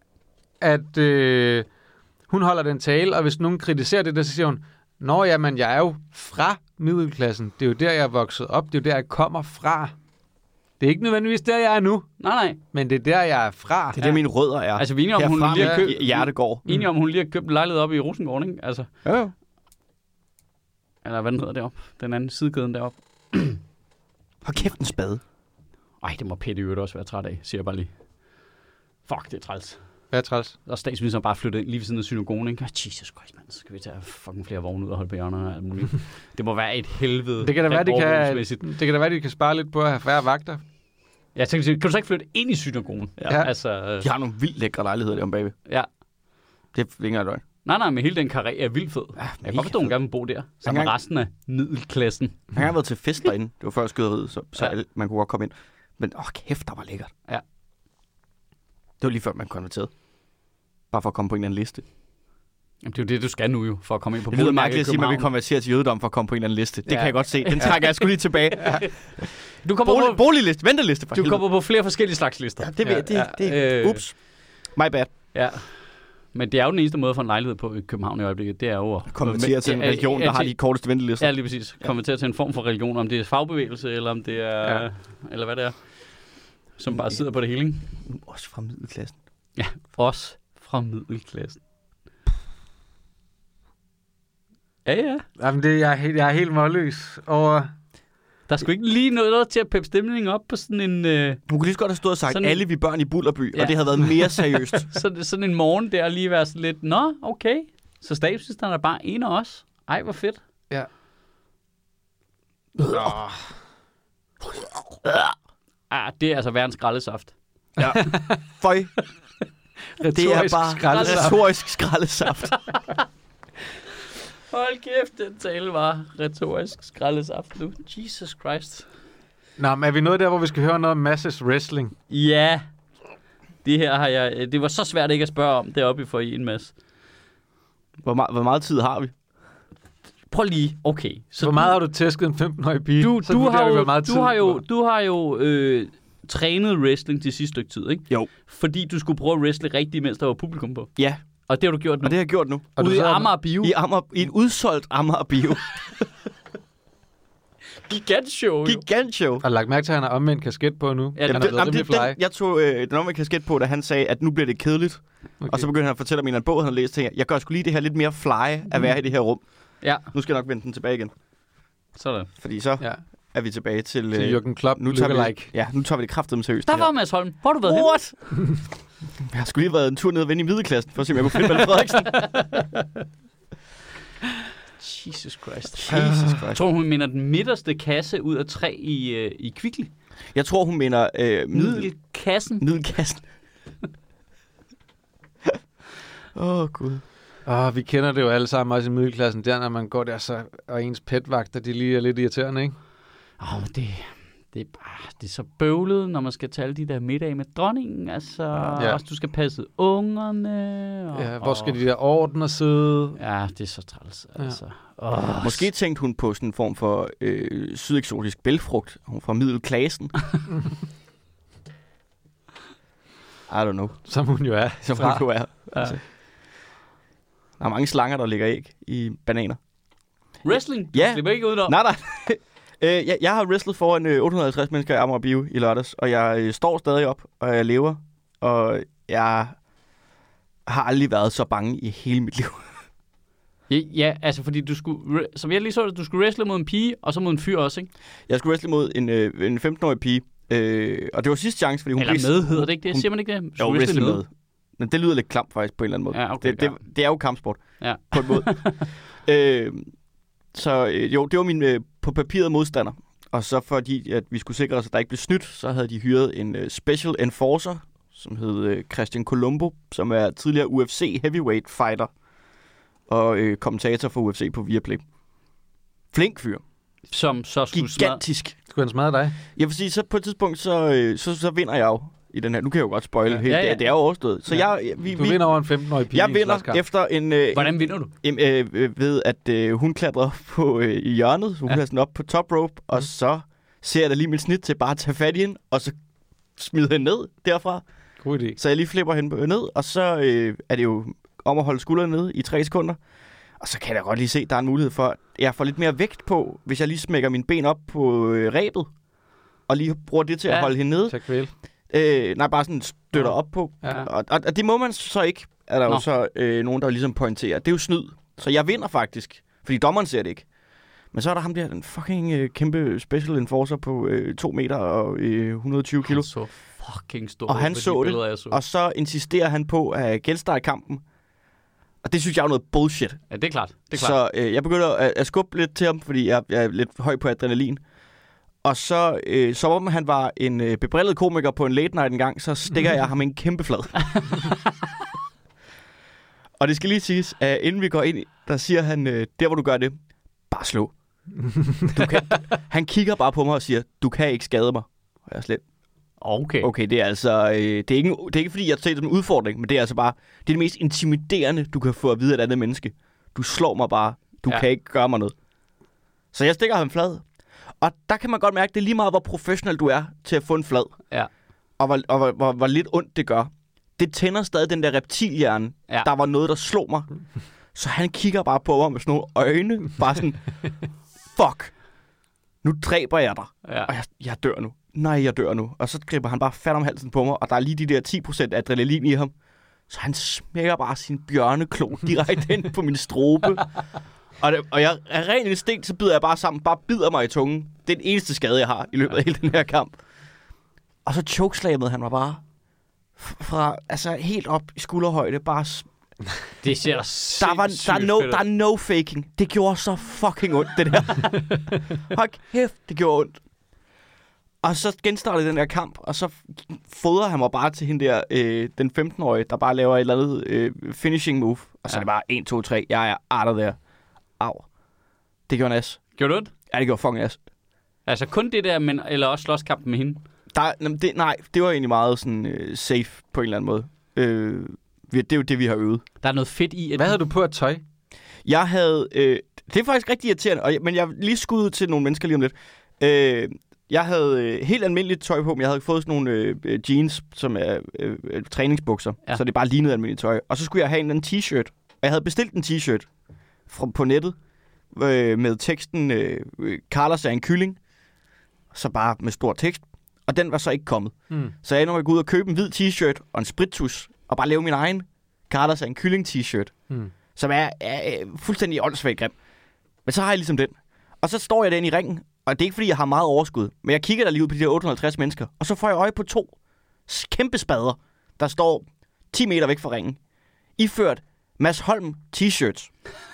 at hun holder den tale, og hvis nogen kritiserer det, så siger hun, nå jamen, jeg er jo fra middelklassen. Det er jo der, jeg er vokset op. Det er jo der, jeg kommer fra. Det er ikke nødvendigvis der, jeg er nu, Nej. men det er der, jeg er fra. Det er der, mine rødder er. Altså, vi er enige om, hun Herfra lige har med købt... Hjertegård. Enige om, hun lige har købt en lejlighed op i Rosengård, ikke? Altså, Ja. eller hvad den hedder deroppe? Den anden sidegade deroppe. Hold kæft en spade. Ej, det må Peter jo også være træt af, siger jeg bare lige. Fuck, det er træls. Hvad er træls? Og statsministeren bare flyttet ind lige ved siden af synagogen, ikke? Jesus Christ, mand. Så skal vi tage fucking flere vogne ud og holde på hjørnerne og alt muligt. Det må være et helvede. Det kan da være, overvågningsmæssigt. de kan spare lidt på at have færre vagter. Jeg tænkte, kan du så ikke flytte ind i synagogen? Ja. Altså, De har nogle vildt lækre lejligheder derom bagved. ja. Det er ikke engang løgn. Nej, men hele den karré er vildt fed. Ja, Jeg kan godt forstå, hun gerne vil bo der. Sammen med resten af middelklassen. Jeg har været til fest derinde. Det var før skyderiet, så Ja. man kunne godt komme ind. Men kæft, der var lækkert. Ja. Det var lige før, man konverterede. Bare for at komme på en eller anden liste. Jamen, det er jo det, du skal nu jo, for at komme ind på Det lyder boligmarkedet mærkeligt i at sige, at man vil København. konvertere til jødedom for at komme på en eller anden liste. Det Ja. kan jeg godt se. Den trækker jeg sgu lige tilbage. Du kommer på, Boligliste, venteliste for du helvede. kommer på flere forskellige slags lister. Ja, det ved jeg. Det. Ups. My bad. Ja. Men det er jo den eneste måde at få en lejlighed på i København i øjeblikket. Det er jo at Konvertere til en religion, der har de korteste ventelister. Ja, lige præcis. Konvertere til en form for religion, om det er fagbevægelse, eller om det er... Eller hvad det er. Som bare sidder på det hele, ikke? Også fra middelklassen. Ja, også fra middelklassen. Ja. Jamen, jeg er helt målløs over... Der er sgu ikke lige noget til at peppe stemningen op på sådan en... Hun kunne lige så godt have stået og sagt, Sådan- alle vi børn i Bullerby, Ja. og det havde været mere seriøst. sådan en morgen der lige være sådan lidt... Nå, okay. Så statsministeren er bare en af os. Ej, hvor fedt. Ja. Det er altså verdens skraldesaft. Ja. Føj. Det er bare retorisk skraldesaft. Hold kæft, den tale var retorisk skraldesaft nu. Jesus Christ. Nå, men er vi nået der, hvor vi skal høre noget om Masses wrestling? Ja. Det her har jeg... Det var så svært ikke at spørge om deroppe i forien, Mads. Hvor meget tid har vi? Prøv lige. Okay. Så hvor meget har du tæsket en 15-årig pige? Du Så har jo trænet wrestling til sidste stykke tid, ikke? Jo. Fordi du skulle prøve at wrestle rigtigt, mens der var publikum på. Ja, Og det har du gjort nu. og det har jeg gjort nu. Og du Ude i så- Amager Bio. I en udsolgt Amager Bio. Gigantshow. Gigantshow. Har lagt mærke til, at han har omvendt kasket på nu? Ja, Han er blevet rimelig fly. Jeg tog den om kasket på, da han sagde, at nu bliver det kedeligt. Okay. Og så begyndte han at fortælle om en eller anden bog, han havde læst. Tænkte jeg gør sgu lige det her lidt mere fly at være i det her rum. Ja, Nu skal jeg nok vende den tilbage igen. sådan. Fordi så Ja, er vi tilbage til... til Jürgen Klopp. nu tager Lookalike. nu tager vi det kraftedeme seriøst. Der det her. var Mads Holm. Hvor har du været henne? What? Jeg har sgu lige været en tur ned og vende i middelklassen, for at se, om jeg kunne finde Mette Frederiksen. Jesus Christ. Jesus Jeg Christ. tror, hun mener den midterste kasse ud af 3 i Kvickly. Jeg tror, hun mener Middelkassen. middelkassen. Gud. Vi kender det jo alle sammen, også i middelklassen, der når man går der, så, og ens petvagter, de lige er lidt irriterende, ikke? Men det er så bøvlet, når man skal tage alle de der middage med dronningen. Altså, også du skal passe ungerne. Og, Ja, hvor skal de der ordner sidde? Ja, det er så træls. Ja. Altså. Måske tænkte hun på sådan en form for sydeksotisk bælfrugt. Hun er fra middelklassen. I don't know. Som hun jo er. Som hun jo er. Altså. Der er mange slanger, der ligger æg i bananer. Wrestling? Ja. Du slipper ikke ud der. Nej. Jeg har wrestlet foran 850 mennesker i Amager Bio i lørdags, og jeg står stadig op, og jeg lever, og jeg har aldrig været så bange i hele mit liv. Ja, altså fordi du skulle, som jeg lige så det, du skulle wrestle mod en pige, og så mod en fyr også, ikke? Jeg skulle wrestle mod en 15-årig pige, og det var sidste chance, fordi hun eller blev... med, hedder det ikke det? Siger man ikke det? Jo, wrestle med. Men det lyder lidt klamt faktisk på en eller anden måde. Ja, okay, det er jo kampsport, ja. på en måde. Jo, det var min på papiret modstander. Og så fordi, at vi skulle sikre os, at der ikke blev snydt, så havde de hyret en special enforcer, som hed Christian Colombo, som er tidligere UFC heavyweight fighter og kommentator for UFC på Viaplay. Flink fyr. Som så skulle gigantisk. Skulle han smadre dig? Jeg vil sige, så på et tidspunkt, så vinder jeg jo i den her. Nu kan jeg jo godt spoile helt. Ja. Det er jo overstået. Så du vinder over en 15-årig pige. Jeg vinder efter en... Hvordan vinder du? Ved at hun klatrer på i hjørnet. Hun klatrer sådan op på top rope, og så ser jeg da lige mit snit til bare at tage fat i hende, og så smider hende ned derfra. God idé. Så jeg lige flipper hende ned, og så er det jo om at holde skuldrene nede i 3 sekunder. Og så kan jeg da godt lige se, at der er en mulighed for, at jeg får lidt mere vægt på, hvis jeg lige smækker mine ben op på rebet, og lige bruger det til at holde hende nede. Tak vel. Nej, bare sådan støtter op på. Ja. Og det må man så ikke, er der jo så nogen, der ligesom pointerer. Det er jo snyd. Så jeg vinder faktisk, fordi dommeren ser det ikke. Men så er der ham der, den fucking kæmpe special enforcer på 2 meter og 120 kilo. Han så fucking stor. Og han så det, og så insisterer han på at genstarte kampen. Og det synes jeg er noget bullshit. Ja, det er klart. Så jeg begynder at skubbe lidt til ham, fordi jeg er lidt høj på adrenalin. Og så, som om han var en bebrillet komiker på en late night en gang, så stikker jeg ham en kæmpe flad. Og det skal lige siges, at inden vi går ind, der siger han, der hvor du gør det, bare slå. Han kigger bare på mig og siger, du kan ikke skade mig. Og jeg er slet. Okay, det er altså, det er ikke fordi, jeg ser det som en udfordring, men det er altså bare, det er det mest intimiderende, du kan få at vide af et andet menneske. Du slår mig bare, du kan ikke gøre mig noget. Så jeg stikker ham flad. Og der kan man godt mærke, det er lige meget, hvor professionel du er til at få en flad. Ja. Og hvor lidt ondt det gør. Det tænder stadig den der reptilhjerne. Ja. Der var noget, der slog mig. Så han kigger bare på mig med sådan nogle øjne. Bare sådan, fuck. Nu dræber jeg dig. Ja. Og jeg dør nu. Nej, jeg dør nu. Og så griber han bare fat om halsen på mig. Og der er lige de der 10% adrenalin i ham. Så han smækker bare sin bjørneklo direkte ind på min strobe. Og jeg er ren instinkt, så bider jeg bare sammen. Bare bider mig i tungen. Det er den eneste skade, jeg har i løbet af hele den her kamp. Og så chokeslamede han mig bare. Fra helt op i skulderhøjde. Bare... Det ser der er no faking. Det gjorde så fucking ondt, det der. Hold kæft, det gjorde ondt. Og så genstartede den der kamp, og så fodrer han mig bare til hende der, den 15-årige, der bare laver et eller andet finishing move. Og så er det bare 1, 2, 3. Jeg er arter der. Au. Det gjorde en as. Gjorde det ondt? Ja, det gjorde fucking as. Altså kun det der, men, eller også slåskampen med hende? Det var egentlig meget sådan safe på en eller anden måde. Det er jo det, vi har øvet. Der er noget fedt i... Hvad havde du på at tøj? Jeg havde... det er faktisk rigtig irriterende, men jeg lige skudt til nogle mennesker lige om lidt. Jeg havde helt almindeligt tøj på, men jeg havde fået sådan nogle jeans, som er træningsbukser. Ja. Så det bare lignede almindeligt tøj. Og så skulle jeg have en anden t-shirt. Og jeg havde bestilt en t-shirt på nettet med teksten Carlos er en kylling. Så bare med stor tekst. Og den var så ikke kommet. Så jeg endte med at gå ud og købe en hvid t-shirt og en sprittus. Og bare lave min egen Carlos er en kylling t-shirt. Som er fuldstændig åndssvagt grim. Men så har jeg ligesom den. Og så står jeg derinde i ringen. Og det er ikke, fordi jeg har meget overskud. Men jeg kigger der lige ud på de der 850 mennesker. Og så får jeg øje på 2 kæmpe spader, der står 10 meter væk fra ringen. Iført Mads Holm t-shirts.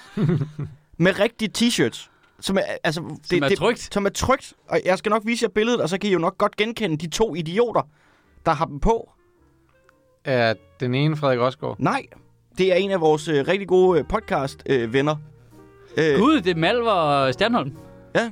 Med rigtige t-shirts. Som er trygt. Som er trygt. Og jeg skal nok vise jer billedet, og så kan I jo nok godt genkende de 2 idioter, der har dem på. Er den ene Frederik Rosgaard? Nej. Det er en af vores rigtig gode podcast-venner. Gud, det er Malvar og Stjernholm. Ja.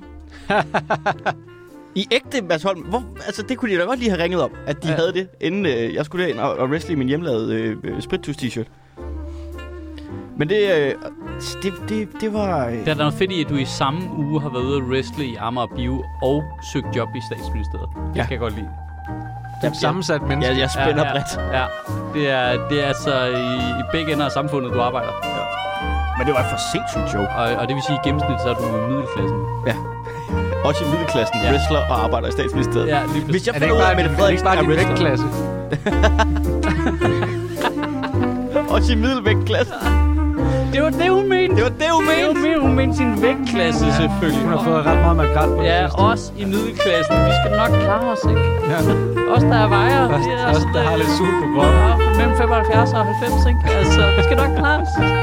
I ægte Mads Holm. Det kunne de da godt lige have ringet op, at de havde det, inden jeg skulle derind og wrestle i min hjemlavede sprittus t-shirt. Men det var... Der er noget fedt i, at du i samme uge har været ude at wrestle i Amager Bio og søgt job i Statsministeriet. Det kan jeg godt lide. Det er sammensat menneske. Jeg spænder bredt. Ja, det er altså i begge ender af samfundet, du arbejder. Ja. Men det var et for sindssygt show. Og det vil sige, at i gennemsnit, så er du i middelklassen. Ja. Også i middelklassen. Wrestler og arbejder i Statsministeriet. Ja, lige hvis jeg finder ud af, at Mette Frederiksen er wrestler. vægtklasse? Også i middelvægtklassen. Det var det, hun mente. Det var det, hun mente. Hun mente sin vægtklasse, selvfølgelig. Hun har fået ret meget makrel på det Ja, sidste. også i middelklassen. Vi skal nok klare os, ikke? Ja. Også der er vejer. Også der har lidt sul på kroppen. Ja, mellem 75 og 90, ikke? Altså, vi skal nok klare os.